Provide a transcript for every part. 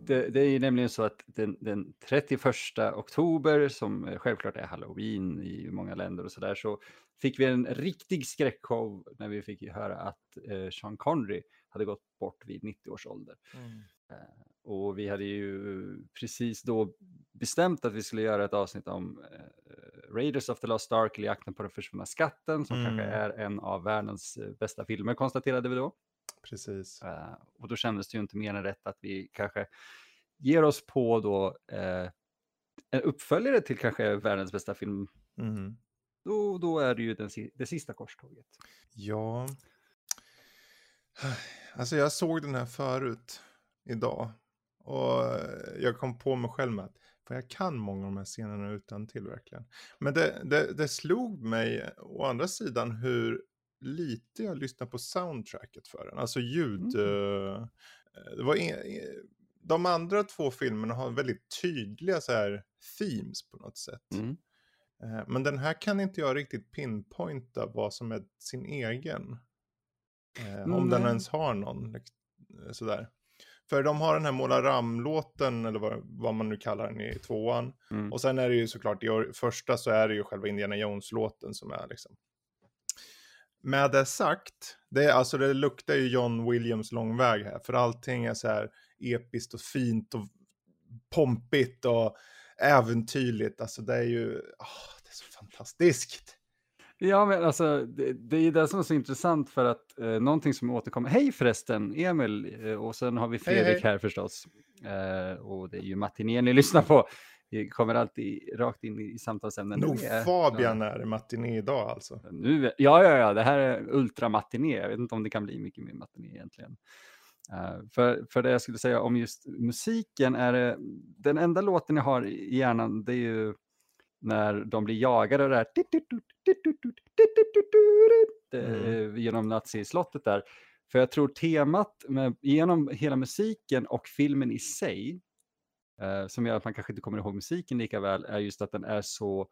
det är ju nämligen så att den 31 oktober, som självklart är Halloween i många länder och sådär, så fick vi en riktig skräckshow när vi fick höra att Sean Connery hade gått bort vid 90 års ålder. Och vi hade ju precis då bestämt att vi skulle göra ett avsnitt om Raiders of the Lost Ark, eller Jakten på den försvunna skatten, som kanske är en av världens bästa filmer, konstaterade vi då. Precis. Och då kändes det ju inte mer än rätt att vi kanske ger oss på då en uppföljare till kanske världens bästa film. Då är det ju det sista korståget. Ja. Alltså jag såg den här förut idag. Och jag kom på mig själv med att för jag kan många av de här scenerna utan till verkligen. Men det slog mig å andra sidan hur lite jag lyssnade på soundtracket för den. Alltså ljud. Det var de andra två filmerna har väldigt tydliga så här themes på något sätt. Men den här kan inte jag riktigt pinpointa vad som är sin egen. Om den ens har någon. Sådär. För de har den här Måla Ram-låten, eller vad man nu kallar den i tvåan. Och sen är det ju såklart, i första så är det ju själva Indiana Jones-låten som är liksom. Med det sagt, det luktar ju John Williams lång väg här. För allting är så här episkt och fint och pompigt och äventyrligt. Alltså det är ju, det är så fantastiskt. Ja, men alltså det är ju det som är så intressant, för att någonting som återkommer. Hej förresten, Emil, och sen har vi Fredrik här förstås. Och det är ju matiné ni lyssnar på. Vi kommer alltid rakt in i samtalsämnen. Nog Fabian är matiné idag alltså. Ja, det här är ultramatiné. Jag vet inte om det kan bli mycket mer matiné egentligen. För det jag skulle säga om just musiken är den enda låten jag har i hjärnan, det är ju när de blir jagade och det här genom nazislottet där. För jag tror temat genom hela musiken och filmen i sig, som gör att man kanske inte kommer ihåg musiken lika väl, är just att den är så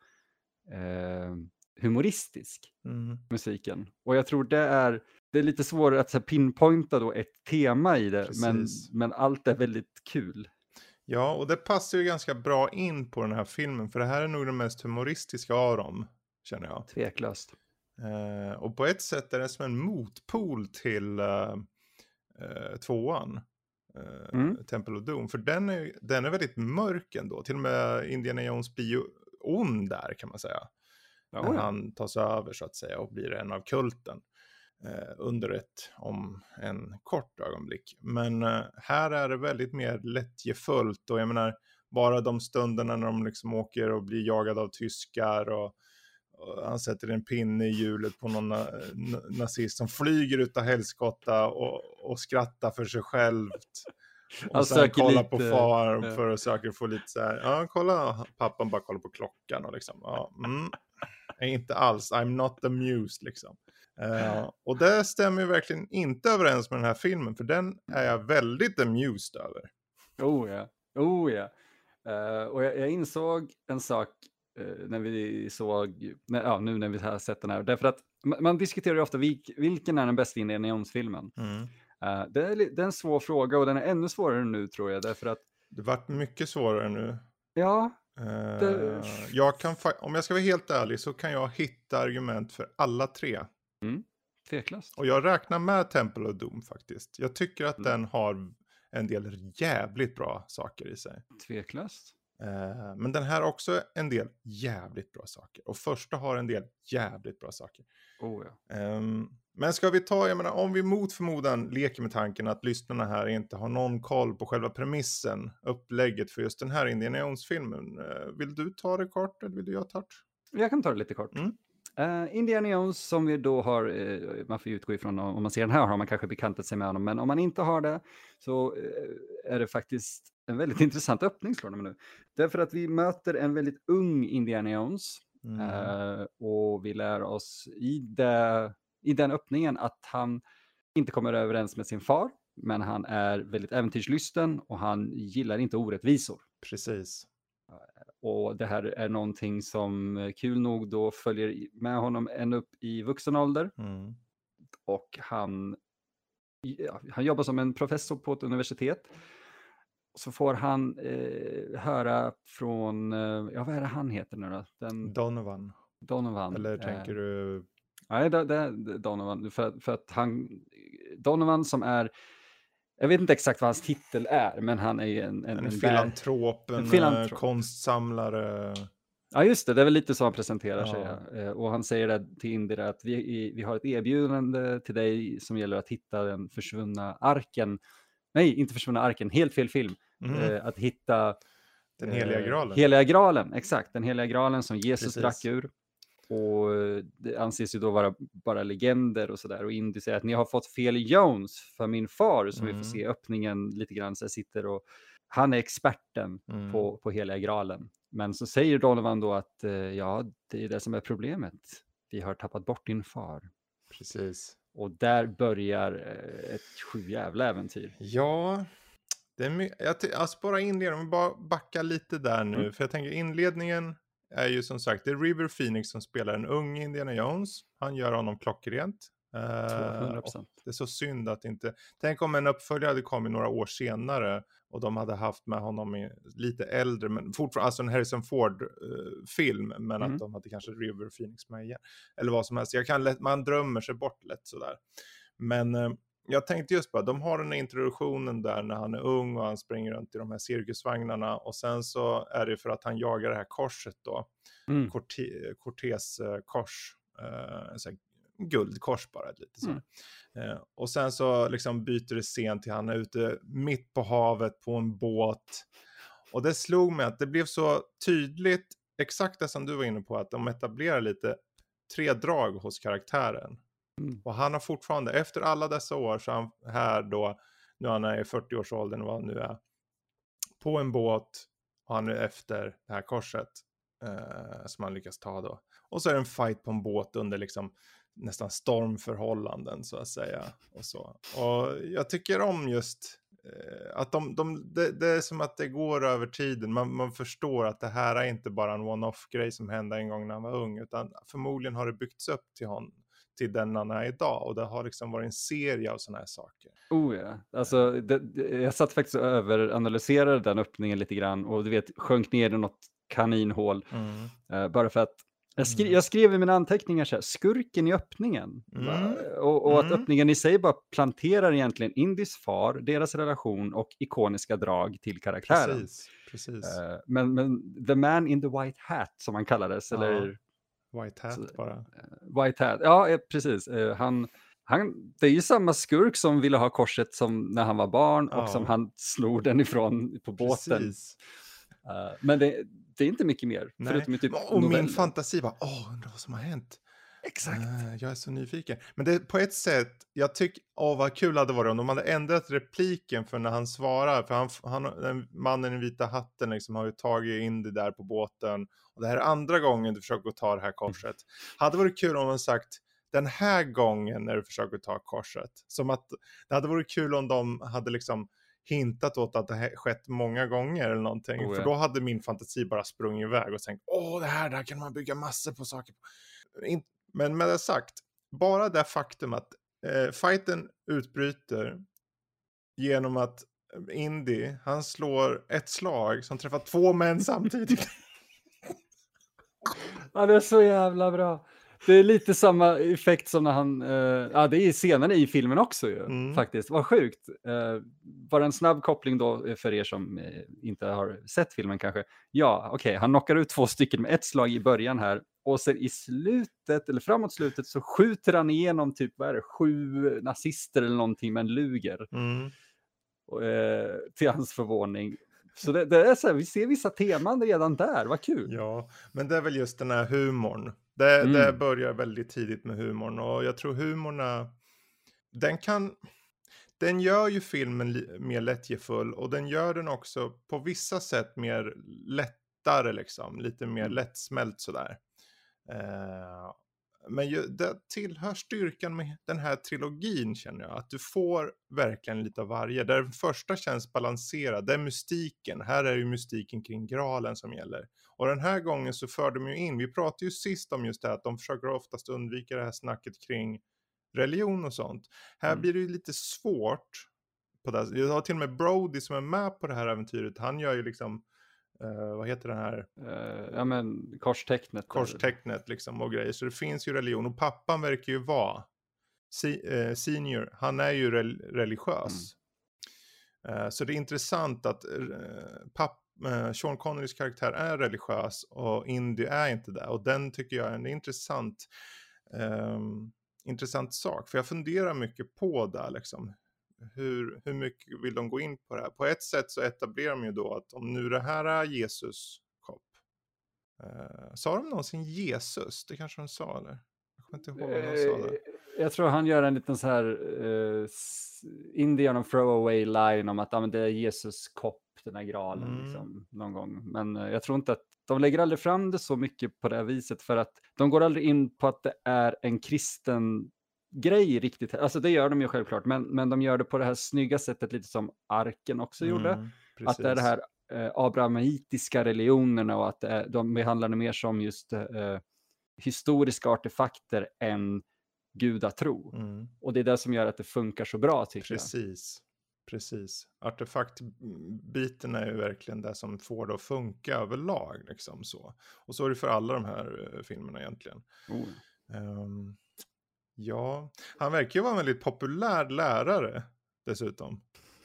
humoristisk, musiken. Och jag tror det är lite svårare att pinpointa då ett tema i det, men allt är väldigt kul. Ja, och det passar ju ganska bra in på den här filmen. För det här är nog den mest humoristiska av dem, känner jag. Tveklöst. Och på ett sätt är det som en motpol till tvåan. Temple of Doom. För den är väldigt mörk ändå. Till och med Indiana Jones blir ju ond där, kan man säga. När han tar sig över så att säga och blir en av kulten. Under om en kort ögonblick. Men här är det väldigt mer lättjefullt. Och jag menar, bara de stunderna när de liksom åker och blir jagade av tyskar. Och han sätter en pinne i hjulet på någon nazist som flyger ut av helskotta och skrattar för sig självt. Och sen kollar på far för att söka få lite så här. Ja, kolla, pappan bara kollar på klockan och liksom. Inte alls, I'm not amused liksom. Och det stämmer ju verkligen inte överens med den här filmen. För den är jag väldigt amused över. Oh ja. Och jag insåg en sak när vi såg, nu när vi har sett den här. Därför att man diskuterar ju ofta vilken är den bästa Indiana Jones-filmen. Det är en svår fråga, och den är ännu svårare nu, tror jag. Därför att det varit mycket svårare nu. Ja. Om jag ska vara helt ärlig så kan jag hitta argument för alla tre. Tveklöst. Och jag räknar med Temple of Doom faktiskt. Jag tycker att den har en del jävligt bra saker i sig. Tveklöst. Men den här har också en del jävligt bra saker. Och första har en del jävligt bra saker. Men ska vi ta, jag menar, om vi mot förmodan leker med tanken att lyssnarna här inte har någon koll på själva premissen, upplägget för just den här Indiana Jones-filmen. Vill du ta det kort eller vill du jag ta det? Jag kan ta det lite kort. Indiana Jones, som vi då har, man får utgå ifrån, om man ser den här har man kanske bekantat sig med honom, men om man inte har det så är det faktiskt en väldigt intressant öppning, slår det mig nu. Därför att vi möter en väldigt ung Indiana Jones och vi lär oss i den öppningen att han inte kommer överens med sin far, men han är väldigt äventyrslysten och han gillar inte orättvisor. Precis. Och det här är någonting som kul nog då följer med honom än upp i vuxen ålder. Och han jobbar som en professor på ett universitet. så får han höra från, vad är det han heter nu då? Donovan. Eller tänker du? Nej, det är Donovan. För att Donovan som är, jag vet inte exakt vad hans titel är, men han är ju en filantrop, en konstsamlare. Ja, just det är väl lite så han presenterar sig. Och han säger det till Indira att vi har ett erbjudande till dig som gäller att hitta den försvunna arken. Nej, inte försvunna arken, helt fel film. Att hitta den heliga graalen. Heliga graalen, exakt. Den heliga graalen som Jesus drack ur. Och det anses ju då vara bara legender och sådär. Och Indy säger att ni har fått fel Jones för min far, som vi får se öppningen lite grann. Så sitter och han är experten på heliga graalen. Men så säger Donovan då att ja, det är det som är problemet. Vi har tappat bort din far. Precis. Och där börjar ett sjujävla äventyr. Ja, det är alltså bara inledningen. Vi bara backa lite där nu. För jag tänker inledningen är ju som sagt, det är River Phoenix som spelar en ung Indiana Jones. Han gör honom klockrent. 200%. Det är så synd att inte... Tänk om en uppföljare hade kommit några år senare och de hade haft med honom lite äldre, men fortfarande alltså en Harrison Ford-film, men att de hade kanske River Phoenix med igen. Eller vad som helst. Man drömmer sig bort lätt sådär. Men jag tänkte just bara, de har den här introduktionen där när han är ung och han springer runt i de här cirkusvagnarna, och sen så är det för att han jagar det här korset då. Cortés kors. Guldkors bara lite så. Och sen så liksom byter det scen till han är ute mitt på havet på en båt. Och det slog mig att det blev så tydligt, exakt det som du var inne på, att de etablerar lite 3 drag hos karaktären. Och han har fortfarande, efter alla dessa år, så han här då, nu han är i 40-årsåldern, vad han nu är, på en båt, och han är efter det här korset som han lyckas ta då. Och så är det en fight på en båt under liksom nästan stormförhållanden så att säga. Och så. Och jag tycker om just att det är som att det går över tiden. Man förstår att det här är inte bara en one-off-grej som hände en gång när han var ung, utan förmodligen har det byggts upp till den han är idag, och det har liksom varit en serie av såna här saker. Oh ja, alltså jag satt faktiskt och överanalyserade den öppningen lite grann, och du vet, sjönk ner i något kaninhål. Bara för att jag skrev i mina anteckningar så här, skurken i öppningen. Och att öppningen i sig bara planterar egentligen Indys far, deras relation och ikoniska drag till karaktären. Precis. Men the man in the white hat som han kallades, eller... White hat bara. White hat, ja precis. Han, det är ju samma skurk som ville ha korset som när han var barn, och som han snor den ifrån på båten. Precis. Men det är inte mycket mer. Förutom typ och min fantasi var, undrar vad som har hänt. Exakt. Jag är så nyfiken. Men det på ett sätt, jag tycker, vad kul hade varit om de hade ändrat repliken för när han svarar. För den mannen i vita hatten liksom har ju tagit in det där på båten. Och det här är andra gången du försöker ta det här korset. Hade varit kul om de sagt, den här gången när du försöker ta korset. Som att det hade varit kul om de hade liksom hintat åt att det har skett många gånger eller någonting. För då hade min fantasi bara sprungit iväg och tänkt, det här kan man bygga massor på saker på. Men med det sagt, bara det faktum att fighten utbryter genom att Indy, han slår ett slag som träffar 2 män samtidigt. Ja, det är så jävla bra. Det är lite samma effekt som när han... det är senare i filmen också ju, faktiskt. Vad sjukt. Bara en snabb koppling då för er som inte har sett filmen kanske. Ja, okej. Han knockar ut 2 stycken med ett slag i början här. Och sen i slutet, eller framåt slutet, så skjuter han igenom typ, 7 nazister eller någonting med en luger. Till hans förvåning. Så det är så här, vi ser vissa teman redan där, vad kul. Ja, men det är väl just den här humorn. Det börjar väldigt tidigt med humorn, och jag tror humorna, den gör ju filmen mer lättjefull, och den gör den också på vissa sätt mer lättare liksom, lite mer lättsmält sådär. Men det tillhör styrkan med den här trilogin, känner jag. Att du får verkligen lite av varje. Där den första känns balanserad, det är mystiken. Här är ju mystiken kring graalen som gäller. Och den här gången så för de ju in, vi pratade ju sist om just det här, att de försöker oftast undvika det här snacket kring religion och sånt. Här blir det ju lite svårt på det. Jag har till och med Brody som är med på det här äventyret. Han gör ju liksom, vad heter den här? Ja men korstecknet. Korstecknet liksom och grejer. Så det finns ju religion. Och pappan verkar ju vara senior. Han är ju religiös. Så det är intressant att Sean Connerys karaktär är religiös och Indy är inte det. Och den tycker jag är en intressant sak. För jag funderar mycket på det liksom. Hur mycket vill de gå in på det här? På ett sätt så etablerar de ju då att om nu det här är Jesus kopp. Sa de någonsin Jesus? Det kanske de sa eller? Jag kommer inte ihåg om de sa det. Jag tror han gör en liten så här Indian throwaway line om att men det är Jesus kopp, den här graalen liksom, någon gång. Men jag tror inte att de lägger aldrig fram det så mycket på det här viset för att de går aldrig in på att det är en kristen grej riktigt. Alltså det gör de ju självklart, men de gör det på det här snygga sättet lite som Arken också gjorde. Precis. Att det är det här abrahamitiska religionerna och att de behandlar det mer som just historiska artefakter än gudatro. Och det är det som gör att det funkar så bra tycker jag. Precis. Artefaktbiten är ju verkligen det som får det att funka överlag. Liksom, så. Och så är det för alla de här filmerna egentligen. Ja, han verkar ju vara en väldigt populär lärare dessutom.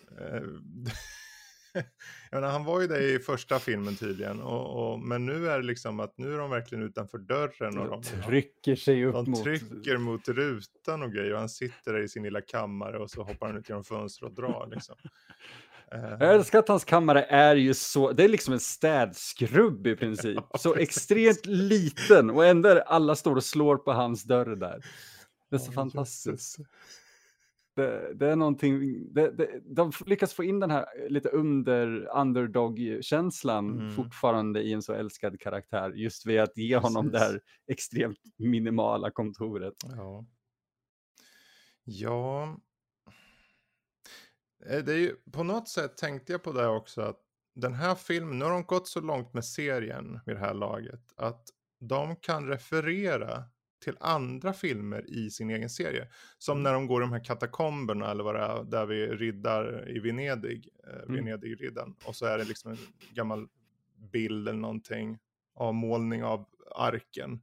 Jag menar, han var ju det i första filmen tydligen. Men nu är det liksom att nu är de verkligen utanför dörren. Och de trycker sig upp de trycker mot rutan och grejer. Och han sitter där i sin lilla kammare och så hoppar han ut genom fönstret och drar liksom. Jag älskar att hans kammare är ju så, det är liksom en städskrubb i princip. Så extremt liten och ändå är alla står och slår på hans dörr där. Det är så fantastiskt. Det är någonting, de lyckas få in den här lite underdog-känslan fortfarande i en så älskad karaktär. Just vid att ge honom det här extremt minimala kontoret. Ja. Det är ju, på något sätt tänkte jag på det också att den här filmen, nu har de gått så långt med serien vid det här laget att de kan referera till andra filmer i sin egen serie. Som när de går i de här katakomberna eller vad det är, där vi riddar i Venedig, Venedig-riddan. Och så är det liksom en gammal bild eller någonting, avmålning av arken.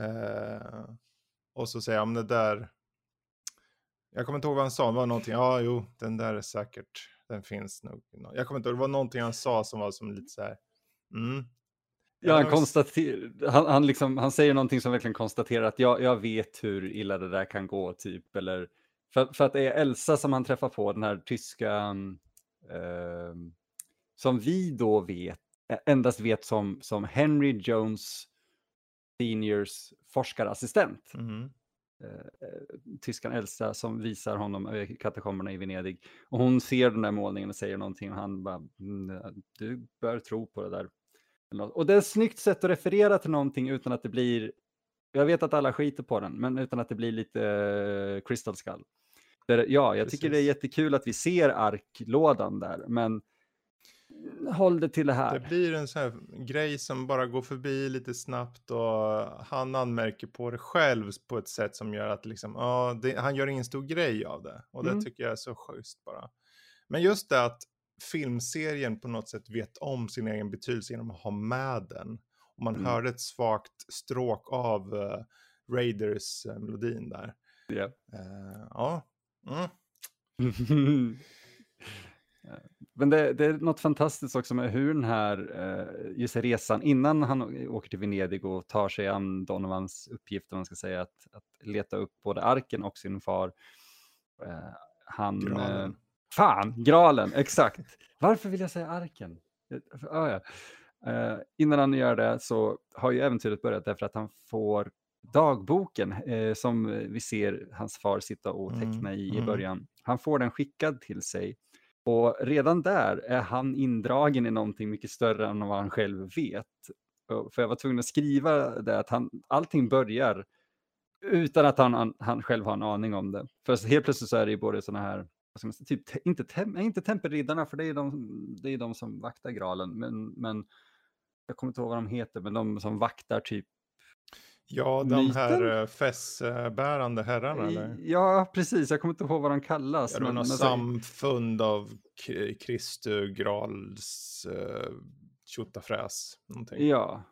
Och så säger jag, det där, jag kommer inte ihåg vad han sa, det var någonting, den där är säkert, den finns nog. Jag kommer inte ihåg, det var någonting han sa som var som lite så här, Ja, han säger någonting som verkligen konstaterar att jag vet hur illa det där kan gå typ. Eller, för att det är Elsa som han träffar på, den här tyska som vi då endast vet som Henry Jones seniors forskarassistent. Tyskan Elsa som visar honom katakomberna i Venedig. Och hon ser den där målningen och säger någonting och han bara, du bör tro på det där. Och det är ett snyggt sätt att referera till någonting utan att det blir, jag vet att alla skiter på den, men utan att det blir lite Crystal Skull. Jag tycker det är jättekul att vi ser arklådan där, men håll det till det här. Det blir en sån här grej som bara går förbi lite snabbt och han anmärker på det själv på ett sätt som gör att liksom, han gör ingen stor grej av det. Och det tycker jag är så schysst bara. Men just det att filmserien på något sätt vet om sin egen betydelse genom att ha med den. Och man hörde ett svagt stråk av Raiders-melodin där. Men det är något fantastiskt också med hur den här just resan innan han åker till Venedig och tar sig an Donovans uppgift, om man ska säga, att leta upp både arken och sin far. Graalen, exakt. Varför vill jag säga arken? Innan han gör det så har ju äventyret börjat därför att han får dagboken som vi ser hans far sitta och teckna i början. Han får den skickad till sig. Och redan där är han indragen i någonting mycket större än vad han själv vet. För jag var tvungen att skriva det att allting börjar utan att han själv har en aning om det. För helt plötsligt så är det ju både såna här, typ, inte tempelriddarna, för det är de som vaktar graalen. Men jag kommer inte ihåg vad de heter, men de som vaktar typ. Ja, de här myten. fässbärande herrarna eller? Ja, precis. Jag kommer inte ihåg vad de kallas. Ja, det var något Men samfund av Kristu Grals tjotafräs, någonting. ja,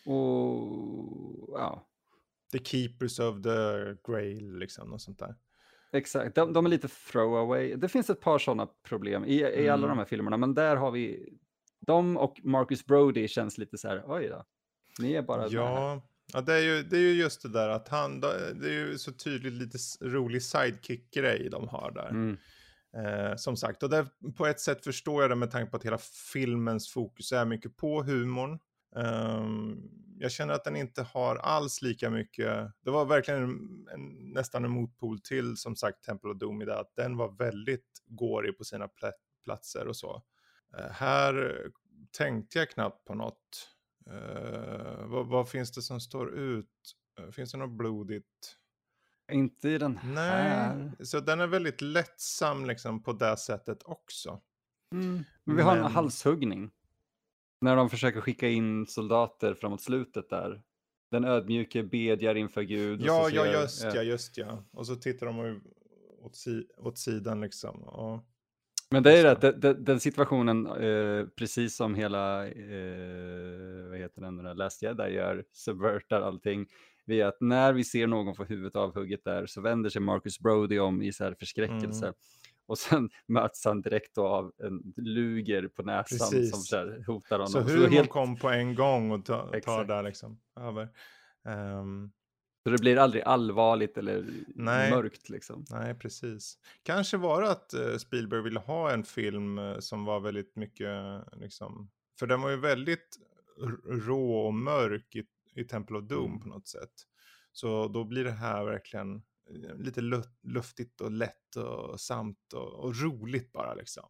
och ja, The Keepers of the Grail, liksom, och sånt där. exakt. De är lite throwaway. Det finns ett par sådana problem i alla de här filmerna, men där har vi de och Marcus Brody känns lite så här, oj då, ni är bara med här. Ja, det är ju just det där att det är ju så tydligt lite rolig sidekick-grej de har där. Mm. Som sagt, och där, på ett sätt förstår jag det med tanke på att hela filmens fokus är mycket på humorn. Jag känner att den inte har alls lika mycket, det var verkligen nästan en motpol till som sagt Temple of Doom i det, att den var väldigt gory på sina platser och så. Här tänkte jag knappt på något. Vad finns det som står ut? Finns det något blodigt? Inte i den här. Nej, så den är väldigt lättsam liksom på det sättet också. Men vi har en halshuggning. När de försöker skicka in soldater framåt slutet där. Den ödmjuke bedjar inför Gud. Ja, och så just ja. Och så tittar de åt sidan liksom. Och men det är det, den situationen, precis som hela, vad heter den där Last Jedi gör, subvertar allting. Vid att när vi ser någon få huvudet avhugget där så vänder sig Marcus Brody om i så här förskräckelse. Och sen möts han direkt då av en luger på näsan. Precis. Som så här hotar honom. Så hur kom på en gång och tar där liksom över. Så det blir aldrig allvarligt eller mörkt liksom. Nej, precis. Kanske var det att Spielberg ville ha en film som var väldigt mycket liksom, för den var ju väldigt rå och mörk i Temple of Doom på något sätt. Så då blir det här verkligen lite luftigt och lätt och samt och roligt bara liksom.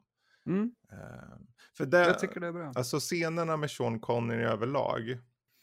För det, jag tycker det är bra. Alltså scenerna med Sean Connery överlag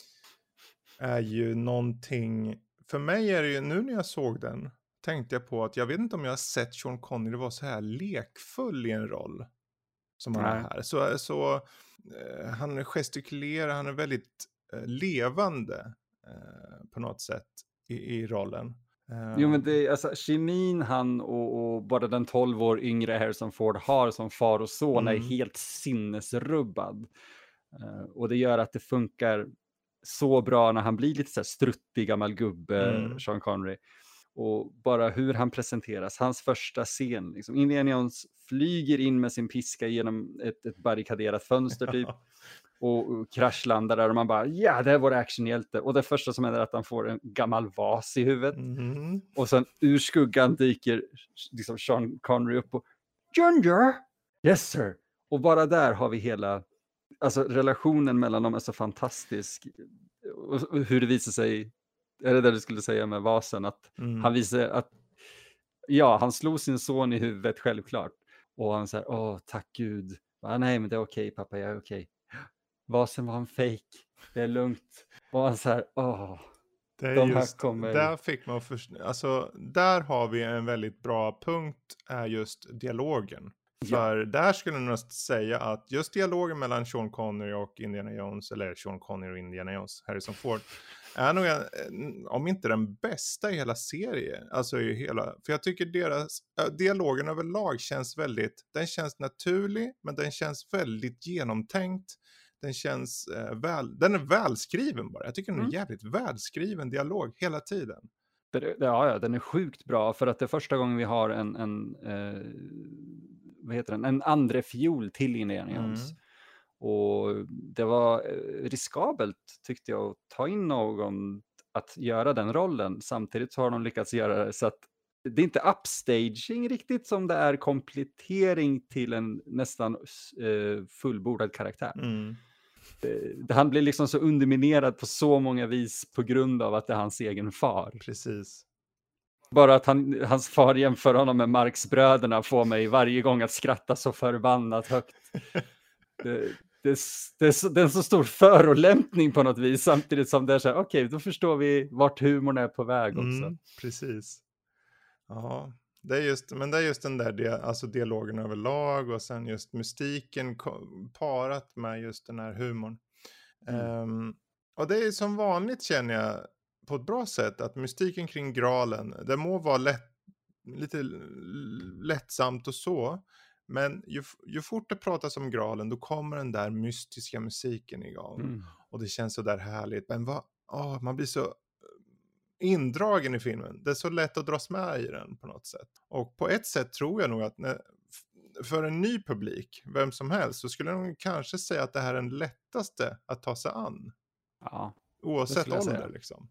är ju någonting. För mig är det ju, nu när jag såg den, tänkte jag på att jag vet inte om jag har sett Sean Connery vara så här lekfull i en roll som han är här. Så han gestikulerar, han är väldigt levande på något sätt i rollen. Jo, men det är alltså kemin han och bara den 12 år yngre Harrison Ford har som far och son är helt sinnesrubbad. Och det gör att det funkar så bra när han blir lite så här struttig gammal gubbe, Sean Connery. Och bara hur han presenteras, hans första scen. Liksom. Indiana Jones flyger in med sin piska genom ett barrikaderat fönster typ. Och kraschlandar där och man bara, ja, det är vår actionhjälte. Och det första som händer är att han får en gammal vas i huvudet. Och sen ur skuggan dyker liksom Sean Connery upp och Ginger! Yes sir! Och bara där har vi hela, alltså relationen mellan dem är så fantastisk. Och hur det visar sig, är det där du skulle säga med vasen, att han visar att, ja, han slog sin son i huvudet självklart. Och han säger, åh, tack Gud. Nej, men det är okej, pappa, jag är okej. Vasen var en fake. Det är lugnt. Och han så här, det är just, där fick man alltså, där har vi en väldigt bra punkt, är just dialogen. För där skulle jag nog säga att just dialogen mellan Sean Connery och Indiana Jones, eller Sean Connery och Indiana Jones, Harrison Ford, är nog om inte den bästa i hela serien. Alltså för jag tycker deras dialogen överlag känns den känns naturlig, men den känns väldigt genomtänkt. Den känns den är välskriven bara. Jag tycker den är jävligt välskriven dialog hela tiden. Ja, den är sjukt bra, för att det är första gången vi har en andra fiol till Indiana Jones. Och det var riskabelt tyckte jag att ta in någon att göra den rollen. Samtidigt så har de lyckats göra det så att det är inte upstaging riktigt som det är komplettering till en nästan fullbordad karaktär. Han blir liksom så underminerad på så många vis på grund av att det är hans egen far. Precis. Bara att hans far jämför honom med Marxbröderna får mig varje gång att skratta så förbannat högt. Det är en så stor förolämpning på något vis, samtidigt som det är så här, okej, då förstår vi vart humorn är på väg också. Precis. Ja, det är just den där alltså dialogen överlag och sen just mystiken parat med just den här humorn. Och det är som vanligt, känner jag, på ett bra sätt att mystiken kring graalen, det må vara lite lättsamt och så, men ju fort det pratas om graalen, då kommer den där mystiska musiken igång. Och det känns så där härligt. Men man blir så indragen i filmen. Det är så lätt att dras med i den på något sätt. Och på ett sätt tror jag nog att för en ny publik, vem som helst, så skulle jag nog kanske säga att det här är den lättaste att ta sig an. Ja, oavsett ålder liksom.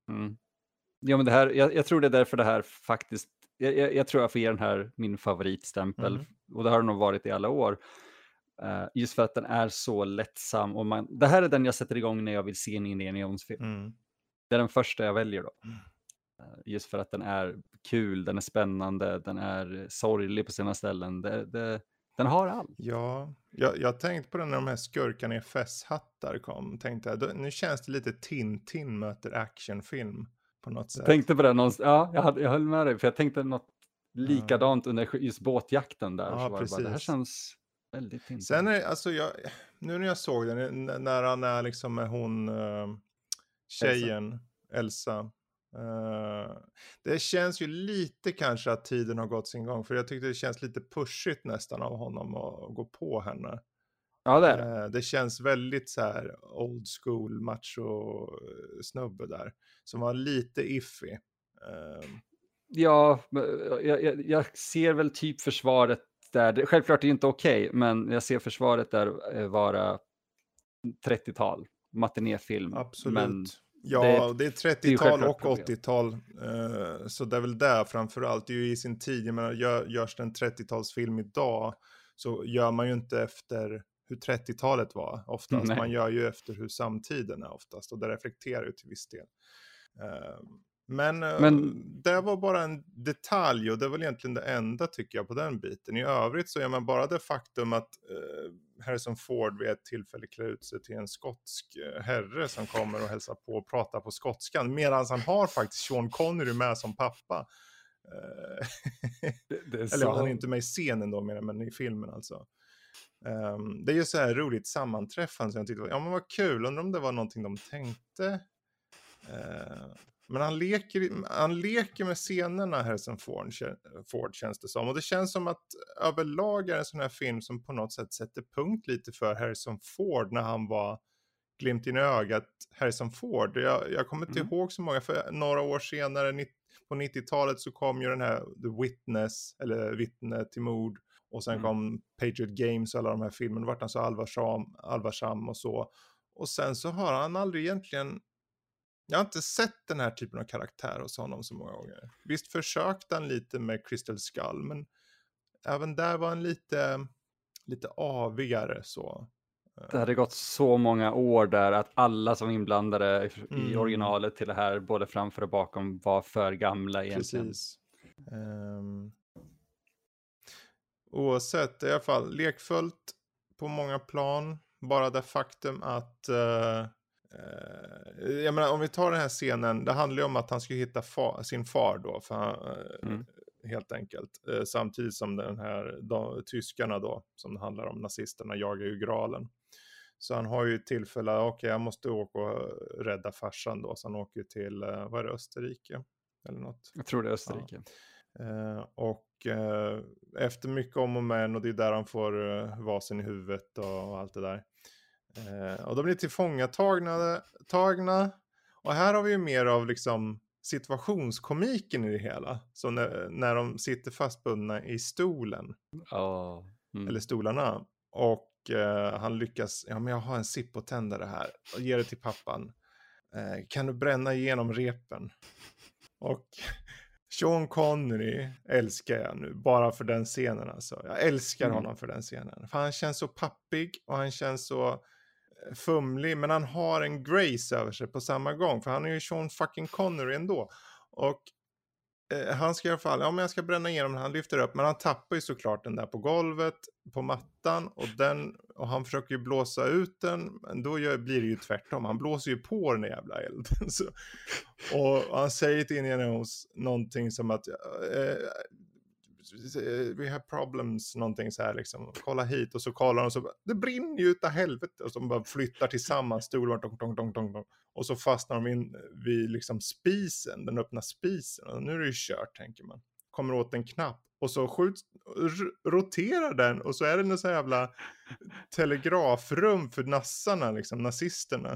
Ja, men det här, jag tror det är därför det här faktiskt, jag tror jag får ge den här min favoritstämpel. Och det har det nog varit i alla år. Just för att den är så lättsam. Och det här är den jag sätter igång när jag vill se en Indiana Jones-film. Det är den första jag väljer då. Just för att den är kul, den är spännande, den är sorglig på sina ställen. Den har allt. Ja, jag tänkte på den när de här skurkarna i fässhattar kom. Tänkte nu känns det lite Tintin möter actionfilm på något sätt. Tänkte på det någonstans. Ja, jag höll med dig. För jag tänkte något likadant under just båtjakten där. Ja, så precis. det här känns väldigt Tintin. Sen är det, alltså nu när jag såg den, när han är liksom med hon tjejen, Elsa. Det känns ju lite kanske att tiden har gått sin gång. För jag tyckte det känns lite pushigt nästan av honom att gå på henne. Ja, det är det. Det känns väldigt så här old school macho snubbe där. Som var lite iffy. Ja, jag ser väl typ försvaret där. Självklart är det inte okej, men jag ser försvaret där vara 30-tal. Matinéfilm. Absolut. Men ja, det är 30-tal och problem. 80-tal. Så det är väl där framförallt. Det är ju i sin tid. Men görs det en 30-talsfilm idag så gör man ju inte efter hur 30-talet var oftast. Nej. Man gör ju efter hur samtiden är oftast. Och det reflekterar ju till viss del. Men det var bara en detalj och det är väl egentligen det enda tycker jag på den biten. I övrigt så är man bara det faktum att Harrison Ford vid ett tillfälle klär ut sig till en skotsk herre som kommer och hälsar på och pratar på skotskan. Medan han har faktiskt Sean Connery med som pappa. Eller ja, han är inte med i scenen då men i filmen alltså. Det är ju så här roligt sammanträffande som jag tyckte, ja men vad kul, undrar om det var någonting de tänkte. Men han leker med scenerna Harrison Ford känns det som. Och det känns som att överlag är en sån här film som på något sätt sätter punkt lite för Harrison Ford när han var glimt in i ögat Harrison Ford. Jag kommer inte ihåg så många, för några år senare på 90-talet så kom ju den här The Witness, eller Vittne till mord. Och sen kom Patriot Games och alla de här filmerna. Vart han så allvarsam och så. Och sen så har han aldrig egentligen... Jag har inte sett den här typen av karaktär hos honom så många gånger. Visst försökte han lite med Crystal Skull, men även där var han lite avigare så. Det hade gått så många år där att alla som inblandade i originalet till det här, både framför och bakom, var för gamla egentligen. Precis. Oavsett, i alla fall lekfullt på många plan. Bara det faktum att... jag menar, om vi tar den här scenen, det handlar ju om att han ska hitta sin far då, för han, helt enkelt. Samtidigt som den här tyskarna då, som det handlar om, nazisterna jagar ju graalen. Så han har ju tillfälle, okej, jag måste åka och rädda farsan då, så han åker till, vad är det, Österrike? Eller något. Jag tror det är Österrike. Ja. Och efter mycket om och men, och det är där han får vasen i huvudet och allt det där. Och de blir tillfångatagna. Och här har vi ju mer av liksom situationskomiken i det hela. Så när de sitter fastbundna i stolen. Eller stolarna. Och han lyckas, ja men jag har en Zippo-tändare här. Och ger det till pappan. Kan du bränna igenom repen? Och Sean Connery älskar jag nu. Bara för den scenen alltså. Jag älskar honom för den scenen. För han känns så pappig. Och han känns så fumlig. Men han har en grace över sig på samma gång. För han är ju Sean fucking Connery ändå. Och han ska i alla fall, ja men jag ska bränna igenom, han lyfter upp, men han tappar ju såklart den där på golvet, på mattan, och han försöker ju blåsa ut den, men då blir det ju tvärtom, han blåser ju på den jävla elden. Så, och han säger till Indiana Jones någonting som att we have problems, någonting så här liksom, kolla hit, och så kollar de och så bara, det brinner ju utav helvete, och så de bara flyttar tillsammans stolar, och så fastnar de in vid liksom spisen, den öppna spisen, och nu är det ju kört, tänker man. Kommer åt en knapp och så roterar den, och så är det en så jävla telegrafrum för nassarna, liksom, nazisterna.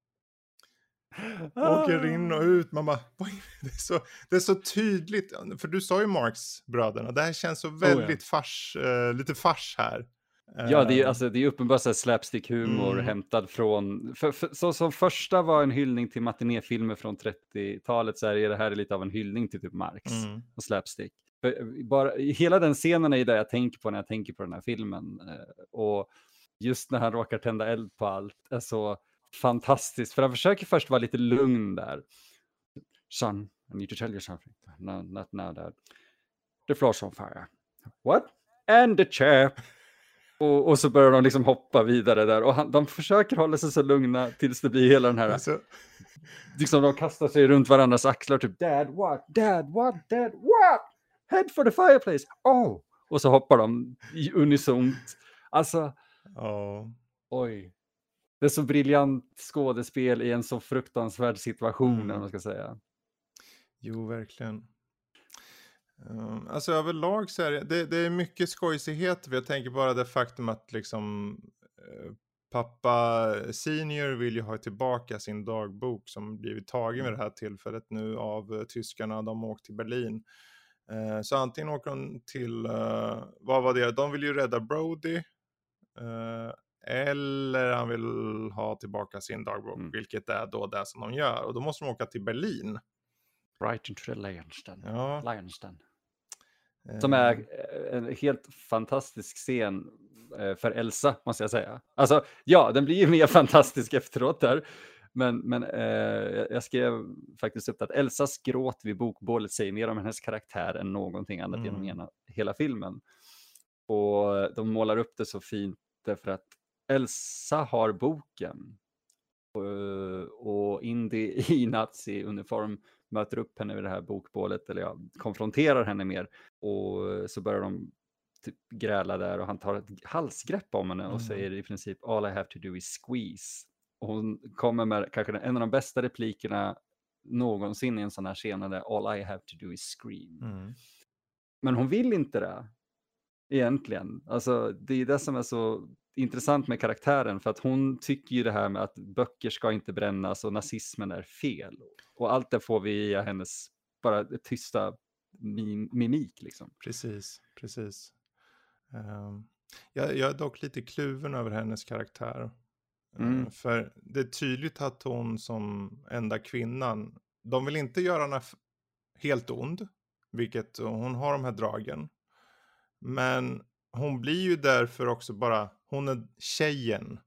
Åker in och ut, man bara, det är så tydligt, för du sa ju Marx-bröderna, det här känns så väldigt lite fars här. Ja, det är uppenbart så här slapstick-humor hämtad från, så som första var en hyllning till matinéfilmer från 30-talet, så är det här lite av en hyllning till typ Marx och slapstick. Bara, hela den scenen är det jag tänker på när jag tänker på den här filmen, och just när han råkar tända eld på allt är så fantastiskt, för han försöker först vara lite lugn där. Son, I need to tell you something. No, not now, Dad. The floor's on fire. What? And the chair. Och så börjar de liksom hoppa vidare där, och de försöker hålla sig så lugna tills det blir hela den här, liksom de kastar sig runt varandras axlar, typ Dad, what? Dad, what? Dad, what? Head for the fireplace. Oh! Och så hoppar de i unisont. Alltså, oj. Det är så briljant skådespel i en så fruktansvärd situation, när man ska säga. Jo, verkligen. Alltså överlag så är det är mycket skojsighet. Jag tänker bara det faktum att liksom pappa senior vill ju ha tillbaka sin dagbok som blivit tagen vid det här tillfället nu av tyskarna. De har åkt till Berlin. Så antingen åker de till, vad var det? De vill ju rädda Brody. Eller han vill ha tillbaka sin dagbok, vilket är då det som de gör. Och då måste de åka till Berlin. Right into the Lions Den. Ja. Lions Den. Som är en helt fantastisk scen för Elsa, måste jag säga. Alltså, ja, den blir ju mer fantastisk efteråt där. Men jag skrev faktiskt upp att Elsas gråt vid bokbålet säger mer om hennes karaktär än någonting annat genom hela filmen. Och de målar upp det så fint därför att Elsa har boken. Och Indy i nazi-uniform möter upp henne vid det här bokbålet, eller konfronterar henne mer, och så börjar de typ gräla där, och han tar ett halsgrepp om henne och säger i princip all I have to do is squeeze, och hon kommer med kanske en av de bästa replikerna någonsin i en sån här scen, där all I have to do is scream. Men hon vill inte det egentligen. Alltså, det är det som är så intressant med karaktären, för att hon tycker ju det här med att böcker ska inte brännas och nazismen är fel, och allt det får vi i hennes bara tysta mimik liksom. Precis. Jag är dock lite kluven över hennes karaktär. För det är tydligt att hon som enda kvinnan, de vill inte göra henne helt ond, vilket hon har de här dragen. Men hon blir ju därför också bara, hon är tjejen.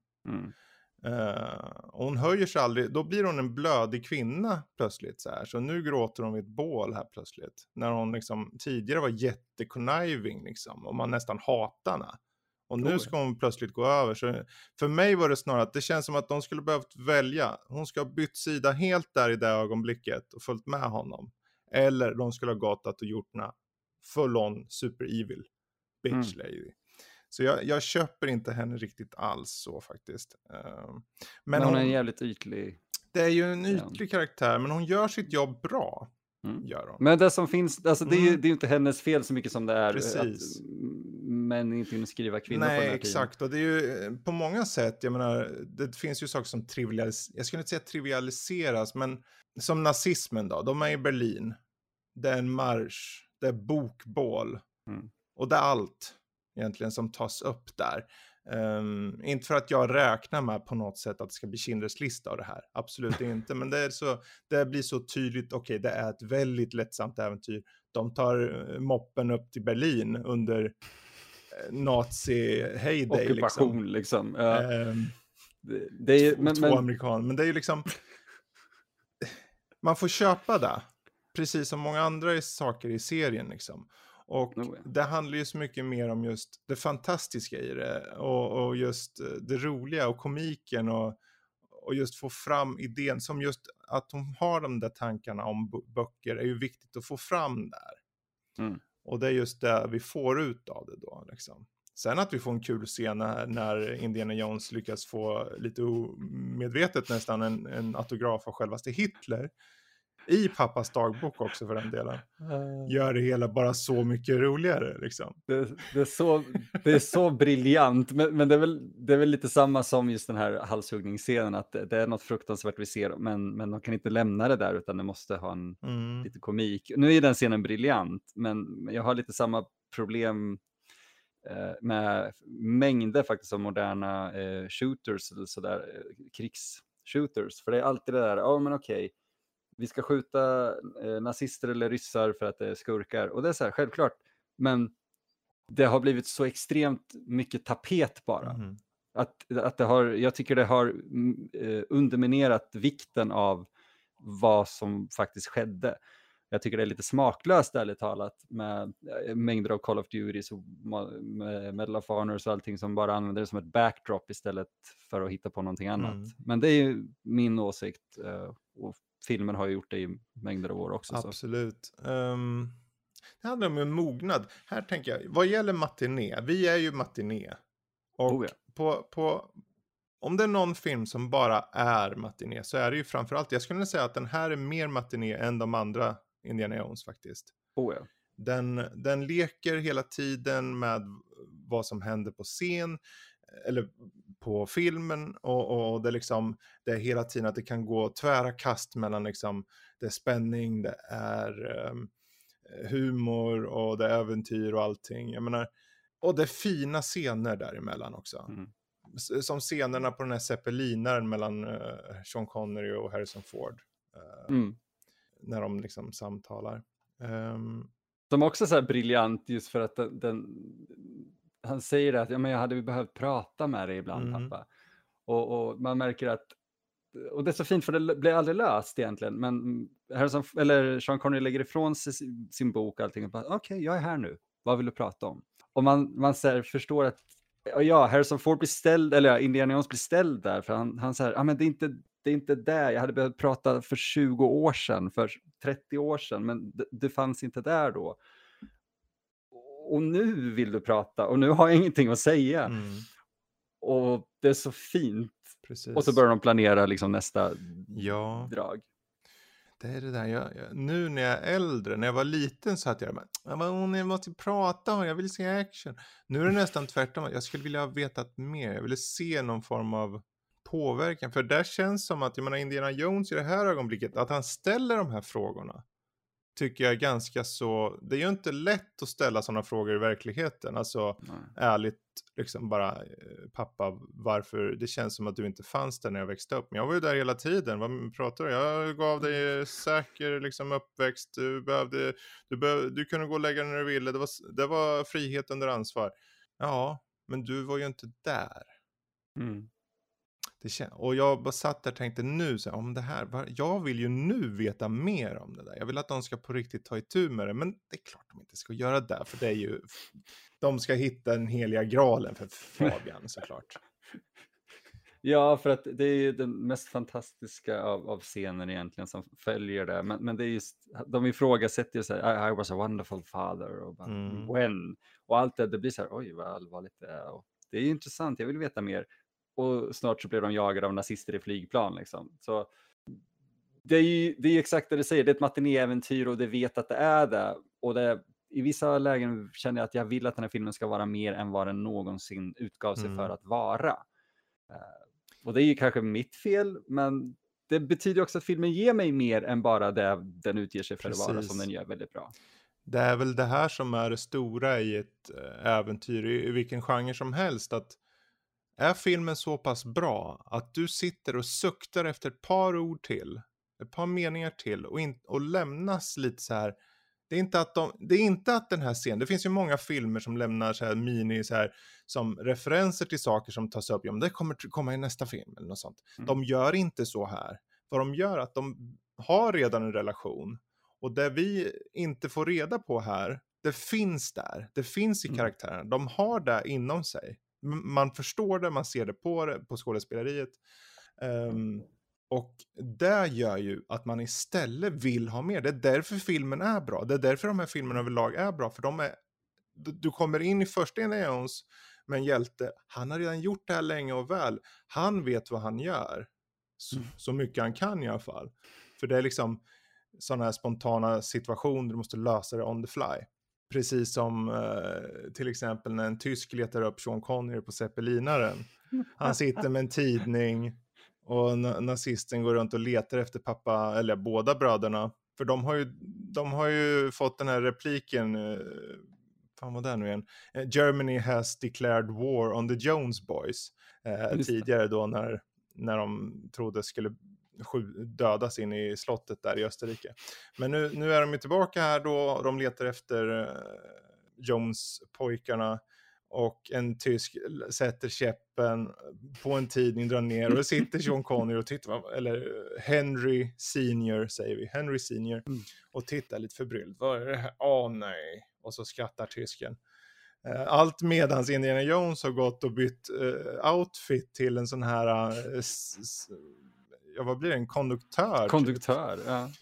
Hon höjer sig aldrig, då blir hon en blödig kvinna plötsligt så här. Så nu gråter hon vid ett bål här plötsligt. När hon liksom tidigare var jättekonniving liksom, och man nästan hatar henne. Och nu ska hon plötsligt gå över. Så för mig var det snarare att det känns som att de skulle behövt välja. Hon ska ha bytt sida helt där i det ögonblicket och följt med honom. Eller de skulle ha gått att och gjort henne full on super evil bitch lady. Så jag köper inte henne riktigt alls så faktiskt. Men hon är en jävligt ytlig. Det är ju en ytlig karaktär, men hon gör sitt jobb bra. Gör hon. Men det som finns, alltså det är ju inte hennes fel så mycket som det är. Precis. Att män inte vill skriva kvinnor på den här tiden. Exakt. Och det är ju på många sätt, jag menar, det finns ju saker som jag skulle inte säga trivialiseras, men som nazismen då, de är i Berlin. Det är en marsch, det är bokbål. Och det är allt egentligen som tas upp där. Inte för att jag räknar med på något sätt att det ska bli Schindlers lista av det här. Absolut inte. Men det blir så tydligt. Okej, det är ett väldigt lättsamt äventyr. De tar moppen upp till Berlin under nazi-heyday. Ockupation liksom. Ja. Det är två amerikaner. Men det är ju liksom... Man får köpa det. Precis som många andra saker i serien liksom. Och det handlar ju så mycket mer om just det fantastiska i det. Och just det roliga och komiken. Och just få fram idén. Som just att hon har de där tankarna om böcker är ju viktigt att få fram där. Och det är just det vi får ut av det då liksom. Sen att vi får en kul scen när Indiana Jones lyckas få lite omedvetet nästan en autograf av självaste Hitler. I pappas dagbok också för den delen. Gör det hela bara så mycket roligare liksom. Det är så briljant, men det är väl lite samma som just den här halshuggningsscenen, att det är något fruktansvärt vi ser, men de kan inte lämna det där, utan det måste ha en lite komik. Nu är den scenen briljant, men jag har lite samma problem med mängder faktiskt av moderna shooters eller sådär, krigsshooters, för det är alltid det där, men okej. Vi ska skjuta nazister eller ryssar för att det är skurkar. Och det är så här, självklart. Men det har blivit så extremt mycket tapet bara. Att jag tycker det har underminerat vikten av vad som faktiskt skedde. Jag tycker det är lite smaklöst, ärligt talat, med mängder av Call of Duty och Medal of Honor och allting som bara använder det som ett backdrop istället för att hitta på någonting annat. Men det är ju min åsikt, och filmen har ju gjort det i mängder av år också. Absolut. Det handlar om en mognad. Här tänker jag, vad gäller matiné, vi är ju matiné. Och om det är någon film som bara är matiné, så är det ju framförallt, jag skulle säga att den här är mer matiné än de andra Indiana Jones faktiskt. Den leker hela tiden med vad som händer på scen eller på filmen, och det liksom, det är hela tiden att det kan gå tvära kast mellan liksom, det är spänning, det är humor och det är äventyr och allting. Jag menar, och det är fina scener däremellan också. Som scenerna på den här zeppelinaren mellan Sean Connery och Harrison Ford. När de liksom samtalar. De är också så här briljant, just för att han säger att jag hade behövt prata med dig ibland, pappa. Och man märker att, och det är så fint för det blir aldrig löst egentligen, men Sean Connery lägger ifrån sig sin bok och allting och bara, okej, jag är här nu, vad vill du prata om? Och man så här förstår att Harrison Ford blir ställd, eller Indiana Jones blir ställd där, för han säger, men det är inte där, jag hade behövt prata för 20 år sedan, för 30 år sedan, men det fanns inte där då. Och nu vill du prata, och nu har jag ingenting att säga. Och det är så fint. Precis. Och så börjar de planera liksom nästa drag. Det är det där, nu när jag är äldre, när jag var liten så att jag måste prata, jag vill se action. Nu är det nästan tvärtom, jag skulle vilja veta mer, jag ville se någon form av påverkan. För där känns som att, jag menar, Indiana Jones i det här ögonblicket, att han ställer de här frågorna, tycker jag är ganska så, det är ju inte lätt att ställa sådana frågor i verkligheten. Alltså ärligt, liksom bara, pappa, varför, det känns som att du inte fanns där när jag växte upp. Men jag var ju där hela tiden, vad pratar du? Jag gav dig säker liksom uppväxt, du kunde gå och lägga dig när du ville, det var frihet under ansvar. Ja, men du var ju inte där. Och jag bara satt där och tänkte nu så här, om det här, jag vill ju nu veta mer om det där. Jag vill att de ska på riktigt ta itu med det, men det är klart de inte ska göra det, för det är ju, de ska hitta den heliga graalen för Fabian såklart. Ja, för att det är ju den mest fantastiska av scener egentligen som följer det, men det är just, de ifrågasätter ju så här, I was a wonderful father, och bara, when, och allt det blir så här, oj vad allvarligt det är, och det är ju intressant, jag vill veta mer. Och snart så blir de jagade av nazister i flygplan liksom. Så det är ju exakt det du säger, det är ett matinéäventyr, och det vet att det är det. Och i vissa lägen känner jag att jag vill att den här filmen ska vara mer än vad den någonsin utgav sig för att vara. Och det är ju kanske mitt fel, men det betyder också att filmen ger mig mer än bara det den utger sig för att vara, som den gör väldigt bra. Det är väl det här som är det stora i ett äventyr, i vilken genre som helst, att är filmen så pass bra att du sitter och suktar efter ett par ord till, ett par meningar till, och lämnas lite så här. Det är inte att den här scenen, det finns ju många filmer som lämnar så här så här, som referenser till saker som tas upp, men det kommer komma i nästa film eller något sånt. De gör inte så här. Vad de gör är att de har redan en relation, och det vi inte får reda på här, det finns där. Det finns i karaktärerna. De har det inom sig. Man förstår det, man ser det på skådespeleriet. Och det gör ju att man istället vill ha mer. Det är därför filmen är bra. Det är därför de här filmerna överlag är bra. För de är, du kommer in i första Indiana Jones med en hjälte. Han har redan gjort det här länge och väl. Han vet vad han gör. Så mycket han kan i alla fall. För det är liksom sådana här spontana situationer. Du måste lösa det on the fly. Precis som till exempel när en tysk letar upp Sean Connery på zeppelinaren. Han sitter med en tidning och nazisten går runt och letar efter pappa, eller båda bröderna. För de har ju fått den här repliken, fan vad det är nu igen. Germany has declared war on the Jones Boys. Tidigare då när de trodde skulle dödas in i slottet där i Österrike. Men nu är de ju tillbaka här då. De letar efter Jones-pojkarna. Och en tysk sätter käppen på en tidning, drar ner. Och det sitter Sean Connery och tittar, eller Henry Senior säger vi. Henry Senior. Och tittar lite förbryllad. Vad är det här? Nej. Och så skrattar tysken. Allt medans Indiana Jones har gått och bytt outfit till en sån här... vad blir det? En konduktör? Konduktör, typ. ja.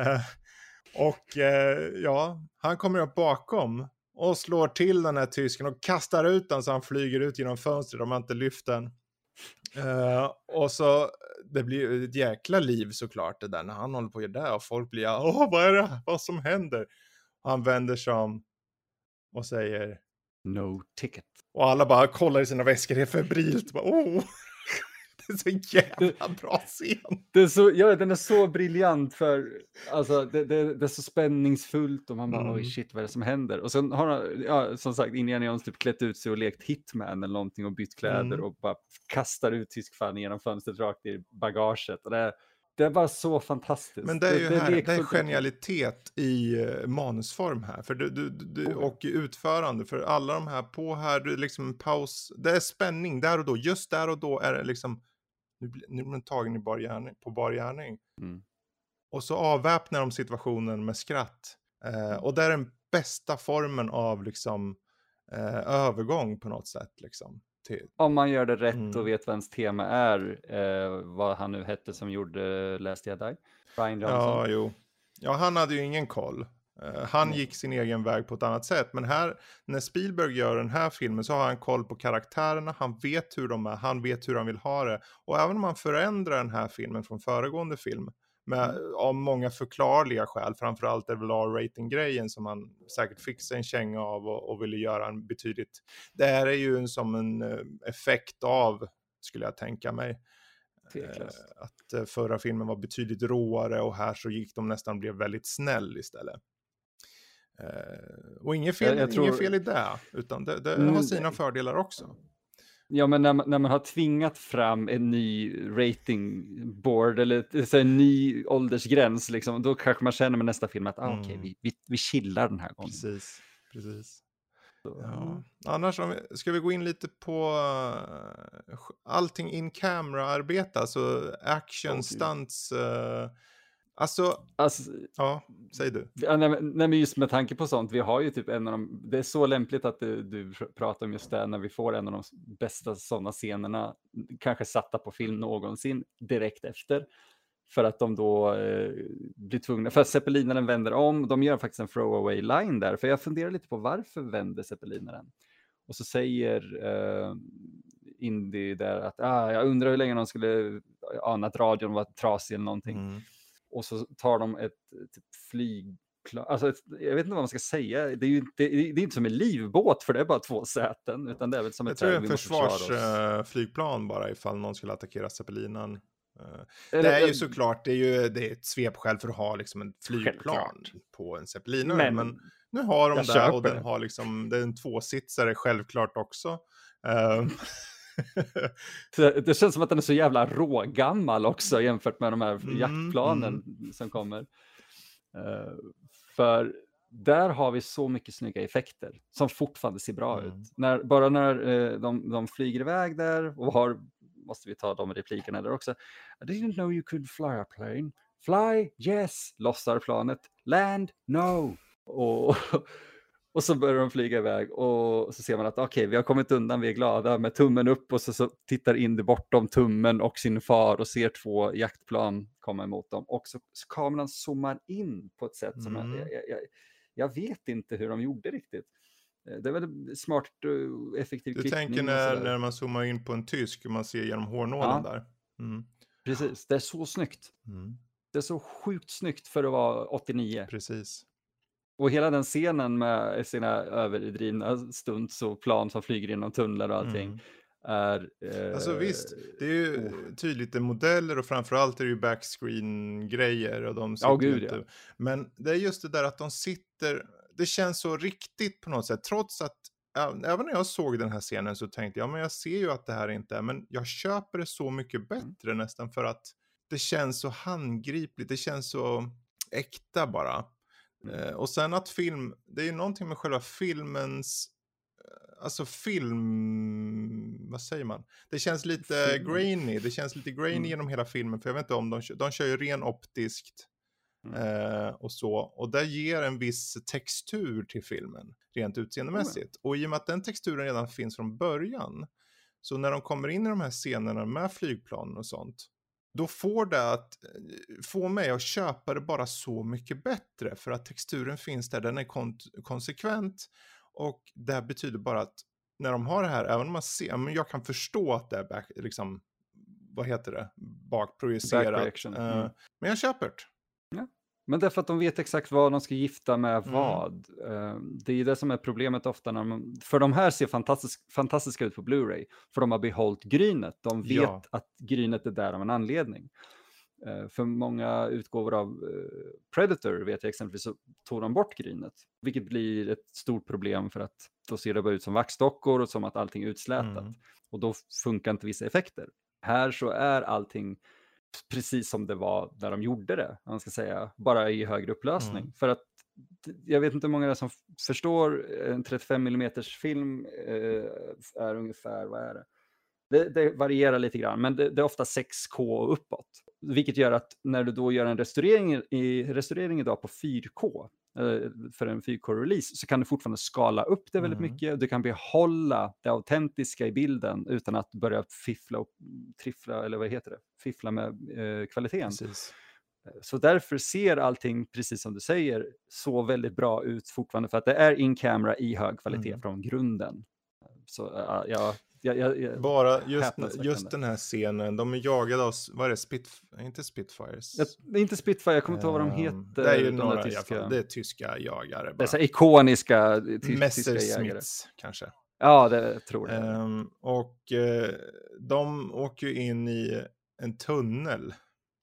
Han kommer upp bakom och slår till den här tysken och kastar ut den så han flyger ut genom fönstret. De har inte lyft den. Och så det blir ett jäkla liv såklart det där när han håller på att göra det. Och folk blir, vad är det? Vad som händer? Och han vänder sig om och säger no ticket. Och alla bara kollar i sina väskor, det är febrilt. Det är så jävla bra scen. Den är så briljant för alltså, det är så spänningsfullt och man bara oj shit vad är det som händer? Och sen har han, som sagt, Indiana Jones typ klätt ut sig och lekt Hitman eller någonting och bytt kläder och bara kastar ut tyskfan genom fönstret rakt i bagaget. Och det är bara så fantastiskt. Men det är ju det är genialitet i manusform här. För och utförande. För alla de här på här, det är liksom en paus. Det är spänning där och då. Just där och då är det liksom, nu är man tagen på bar gärning. Och så avväpnar de situationen med skratt. Och det är den bästa formen av liksom övergång på något sätt liksom. Om man gör det rätt och vet vad ens tema är, vad han nu hette som gjorde Last Jedi, Rian Johnson. Ja, han hade ju ingen koll. Han gick sin egen väg på ett annat sätt. Men här, när Spielberg gör den här filmen så har han koll på karaktärerna. Han vet hur de är, han vet hur han vill ha det. Och även om man förändrar den här filmen från föregående film av många förklarliga skäl, framförallt är det väl R-rating-grejen som man säkert fick sig en känga av och ville göra en betydligt, det här är ju som en effekt av, skulle jag tänka mig, att förra filmen var betydligt råare och här så gick de nästan blev väldigt snäll istället. Och inget fel i det, utan det har sina fördelar också. Ja, men när man har tvingat fram en ny rating board eller så en ny åldersgräns liksom, då kanske man känner med nästa film att okej, vi chillar den här gången. Precis. Ja. Annars ska vi gå in lite på allting in camera-arbete, alltså action, stunts, alltså, ja, säg du. Nej, men just med tanke på sånt, vi har ju typ en av de, det är så lämpligt att du pratar om just det, när vi får en av de bästa sådana scenerna, kanske satta på film någonsin, direkt efter. För att de då blir tvungna, för att zeppelinaren vänder om, de gör faktiskt en throwaway line där, för jag funderar lite på varför vänder zeppelinaren. Och så säger Indy där att jag undrar hur länge de skulle ana att radion var trasig eller någonting. Och så tar de ett typ flygplan, alltså jag vet inte vad man ska säga, det är inte som en livbåt för det är bara 2 säten, utan det är väl som ett försvarsflygplan bara ifall någon skulle attackera zeppelinen. Det är ju såklart, det är ett svepskäl för att ha liksom en flygplan på en zeppelinare, men nu har de där och den har liksom, det är en 2-sitsare självklart också. Det känns som att den är så jävla rågammal också jämfört med de här jaktplanen som kommer. För där har vi så mycket snygga effekter som fortfarande ser bra ut. När de flyger iväg där och måste vi ta de replikerna där också. I didn't know you could fly a plane. Fly, yes. Lossar planet. Land, no. Och så börjar de flyga iväg och så ser man att okej, vi har kommit undan, vi är glada, med tummen upp, och så tittar Indy bortom tummen och sin far och ser 2 jaktplan komma emot dem. Och så kameran zoomar in på ett sätt som jag vet inte hur de gjorde riktigt. Det är väl smart och effektiv Du klippning. tänker när man zoomar in på en tysk och man ser genom hårnålen där. Precis, det är så snyggt. Det är så sjukt snyggt för att vara 89. Precis. Och hela den scenen med sina överdrivna stunts och plan som flyger genom tunnlar och allting är... Alltså visst, det är ju tydligt det är modeller och framförallt är det ju backscreen-grejer och de sitter inte. Men det är just det där att de sitter, det känns så riktigt på något sätt, trots att även när jag såg den här scenen så tänkte jag, men jag ser ju att det här inte är, men jag köper det så mycket bättre nästan för att det känns så handgripligt, det känns så äkta bara. Och sen att det är ju någonting med själva filmens, alltså vad säger man? Det känns lite grainy, genom hela filmen, för jag vet inte om de kör ju ren optiskt och så, och det ger en viss textur till filmen, rent utseendemässigt. Och i och med att den texturen redan finns från början, så när de kommer in i de här scenerna med flygplan och sånt, då får mig att köpa det bara så mycket bättre. För att texturen finns där, den är konsekvent. Och det betyder bara att när de har det här, även om man ser, men jag kan förstå att det är liksom, vad heter det? Bakprojicerat. Men jag köper det. Ja. Men det är för att de vet exakt vad de ska gifta med vad. Det är det som är problemet ofta. För de här ser fantastiska ut på Blu-ray. För de har behållit grynet. De vet att grynet är där av en anledning. För många utgåvor av Predator vet jag exempelvis, så tog de bort grynet. Vilket blir ett stort problem, för att då ser det bara ut som vaxdockor och som att allting är utslätat. Och då funkar inte vissa effekter. Här så är allting precis som det var när de gjorde det, man ska säga, bara i högre upplösning. För att jag vet inte hur många det är som förstår, en 35 mm film är ungefär, vad är det? Det varierar lite grann, men det är ofta 6K och uppåt. Vilket gör att när du då gör en restaurering idag på 4K, för en 4K-release, så kan du fortfarande skala upp det väldigt mycket. Du kan behålla det autentiska i bilden utan att börja fiffla med kvaliteten. Precis. Så därför ser allting, precis som du säger, så väldigt bra ut fortfarande, för att det är in-camera i hög kvalitet från grunden. Så bara just den här scenen, de är jagade av, vad är det, inte Spitfires? Inte Spitfire, jag kommer inte ihåg vad de heter. Det är ju några tyska. Det är tyska jagare. Bara. Det är så ikoniska tyska jägare. Kanske. Ja, det tror jag. Och de åker ju in i en tunnel.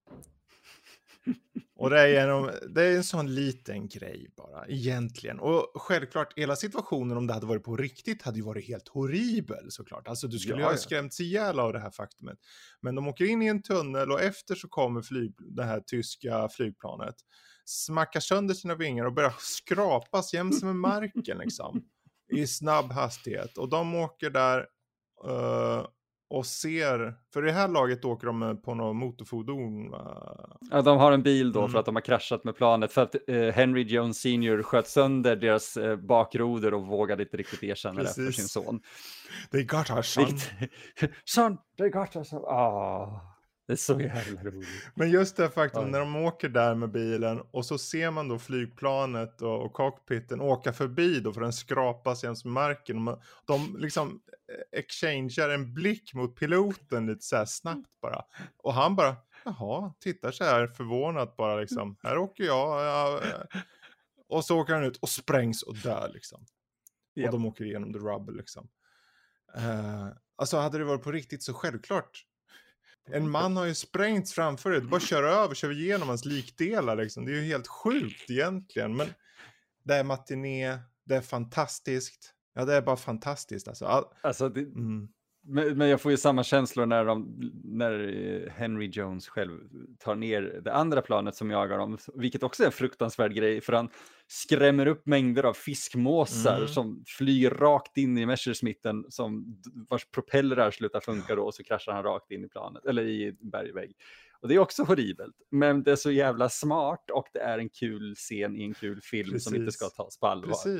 Och det är en sån liten grej bara, egentligen. Och självklart, hela situationen, om det hade varit på riktigt, hade ju varit helt horribel såklart. Alltså du skulle ju ha skrämts ihjäl av det här faktumet. Men de åker in i en tunnel och efter så kommer det här tyska flygplanet. Smackar sönder sina vingar och börjar skrapas jäms med marken liksom. I snabb hastighet. Och de åker där... och ser, för i det här laget åker de på något motorfordon. Ja, de har en bil då för att de har kraschat med planet, för att Henry Jones Sr. sköt sönder deras bakroder och vågade inte riktigt erkänna det för sin son. They got our son. Son, they got our son. Det är så jävla roligt. Men just det faktum när de åker där med bilen och så ser man då flygplanet och cockpiten åka förbi då, för den skrapas jäms med marken. De liksom exchangear en blick mot piloten lite så här snabbt bara. Och han bara, jaha, tittar så här förvånat bara liksom. Här åker jag. Och så åker han ut och sprängs och dör liksom. Yep. Och de åker igenom the rubble liksom. Alltså hade det varit på riktigt så självklart. En man har ju sprängts framför dig. Du bara kör igenom hans likdelar liksom. Det är ju helt sjukt egentligen. Men det är matiné. Det är fantastiskt. Ja, det är bara fantastiskt alltså. Men jag får ju samma känslor när Henry Jones själv tar ner det andra planet som jagar dem. Vilket också är en fruktansvärd grej. För han skrämmer upp mängder av fiskmåsar som flyger rakt in i Messerschmitten, vars propellrar slutar funka då, och så kraschar han rakt in i planet, eller i bergvägg. Och det är också horribelt. Men det är så jävla smart, och det är en kul scen i en kul film som inte ska tas på allvar. Precis.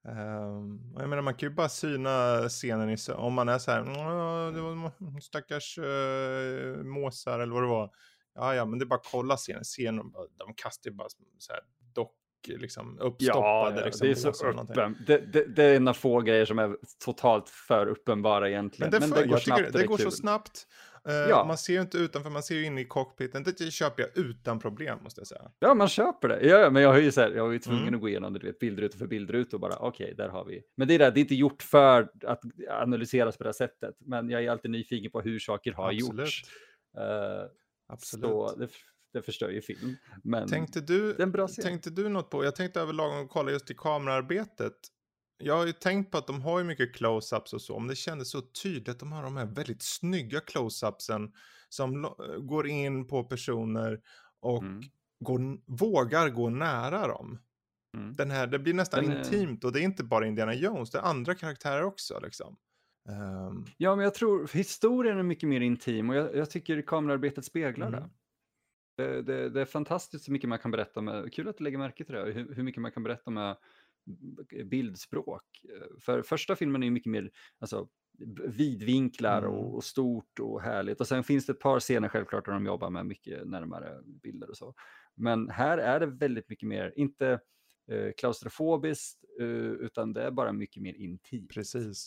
Jag menar, man kan ju bara syna scenen om man är så här, det var stackars måsar eller vad det var. Ja, men det är bara att kolla scenen. De kastar ju bara så här liksom uppstoppade Ja, liksom, det är så måsar eller någonting. det är en av få grejer som är totalt för uppenbara egentligen. Men det går jag snabbt. tycker det går så snabbt. Ja. Man ser ju inte utanför, man ser ju in i cockpiten. Det köper jag utan problem, måste jag säga. Ja, man köper det. Ja, men jag har ju tvungen att gå igenom det, bildruta för bildruta och bara okej, där har vi. Men det är inte gjort för att analyseras på det här sättet. Men jag är alltid nyfiken på hur saker har gjorts. Absolut. Så det förstör ju film. Men tänkte du något på? Jag tänkte överlag kolla just i kamerarbetet. Jag har ju tänkt på att de har ju mycket close-ups och så. Men det kändes så tydligt att de har de här väldigt snygga close-upsen som går in på personer och vågar gå nära dem. Det blir nästan intimt, och det är inte bara Indiana Jones, det är andra karaktärer också liksom. Ja, men jag tror historien är mycket mer intim, och jag tycker kamerarbetet speglar det. Det är fantastiskt så mycket man kan berätta med. Kul att du lägger märke till det. Hur mycket man kan berätta med bildspråk. För första filmen är ju mycket mer vidvinklar och stort och härligt. Och sen finns det ett par scener självklart där de jobbar med mycket närmare bilder och så. Men här är det väldigt mycket mer, inte klaustrofobiskt, utan det är bara mycket mer intimt. Precis.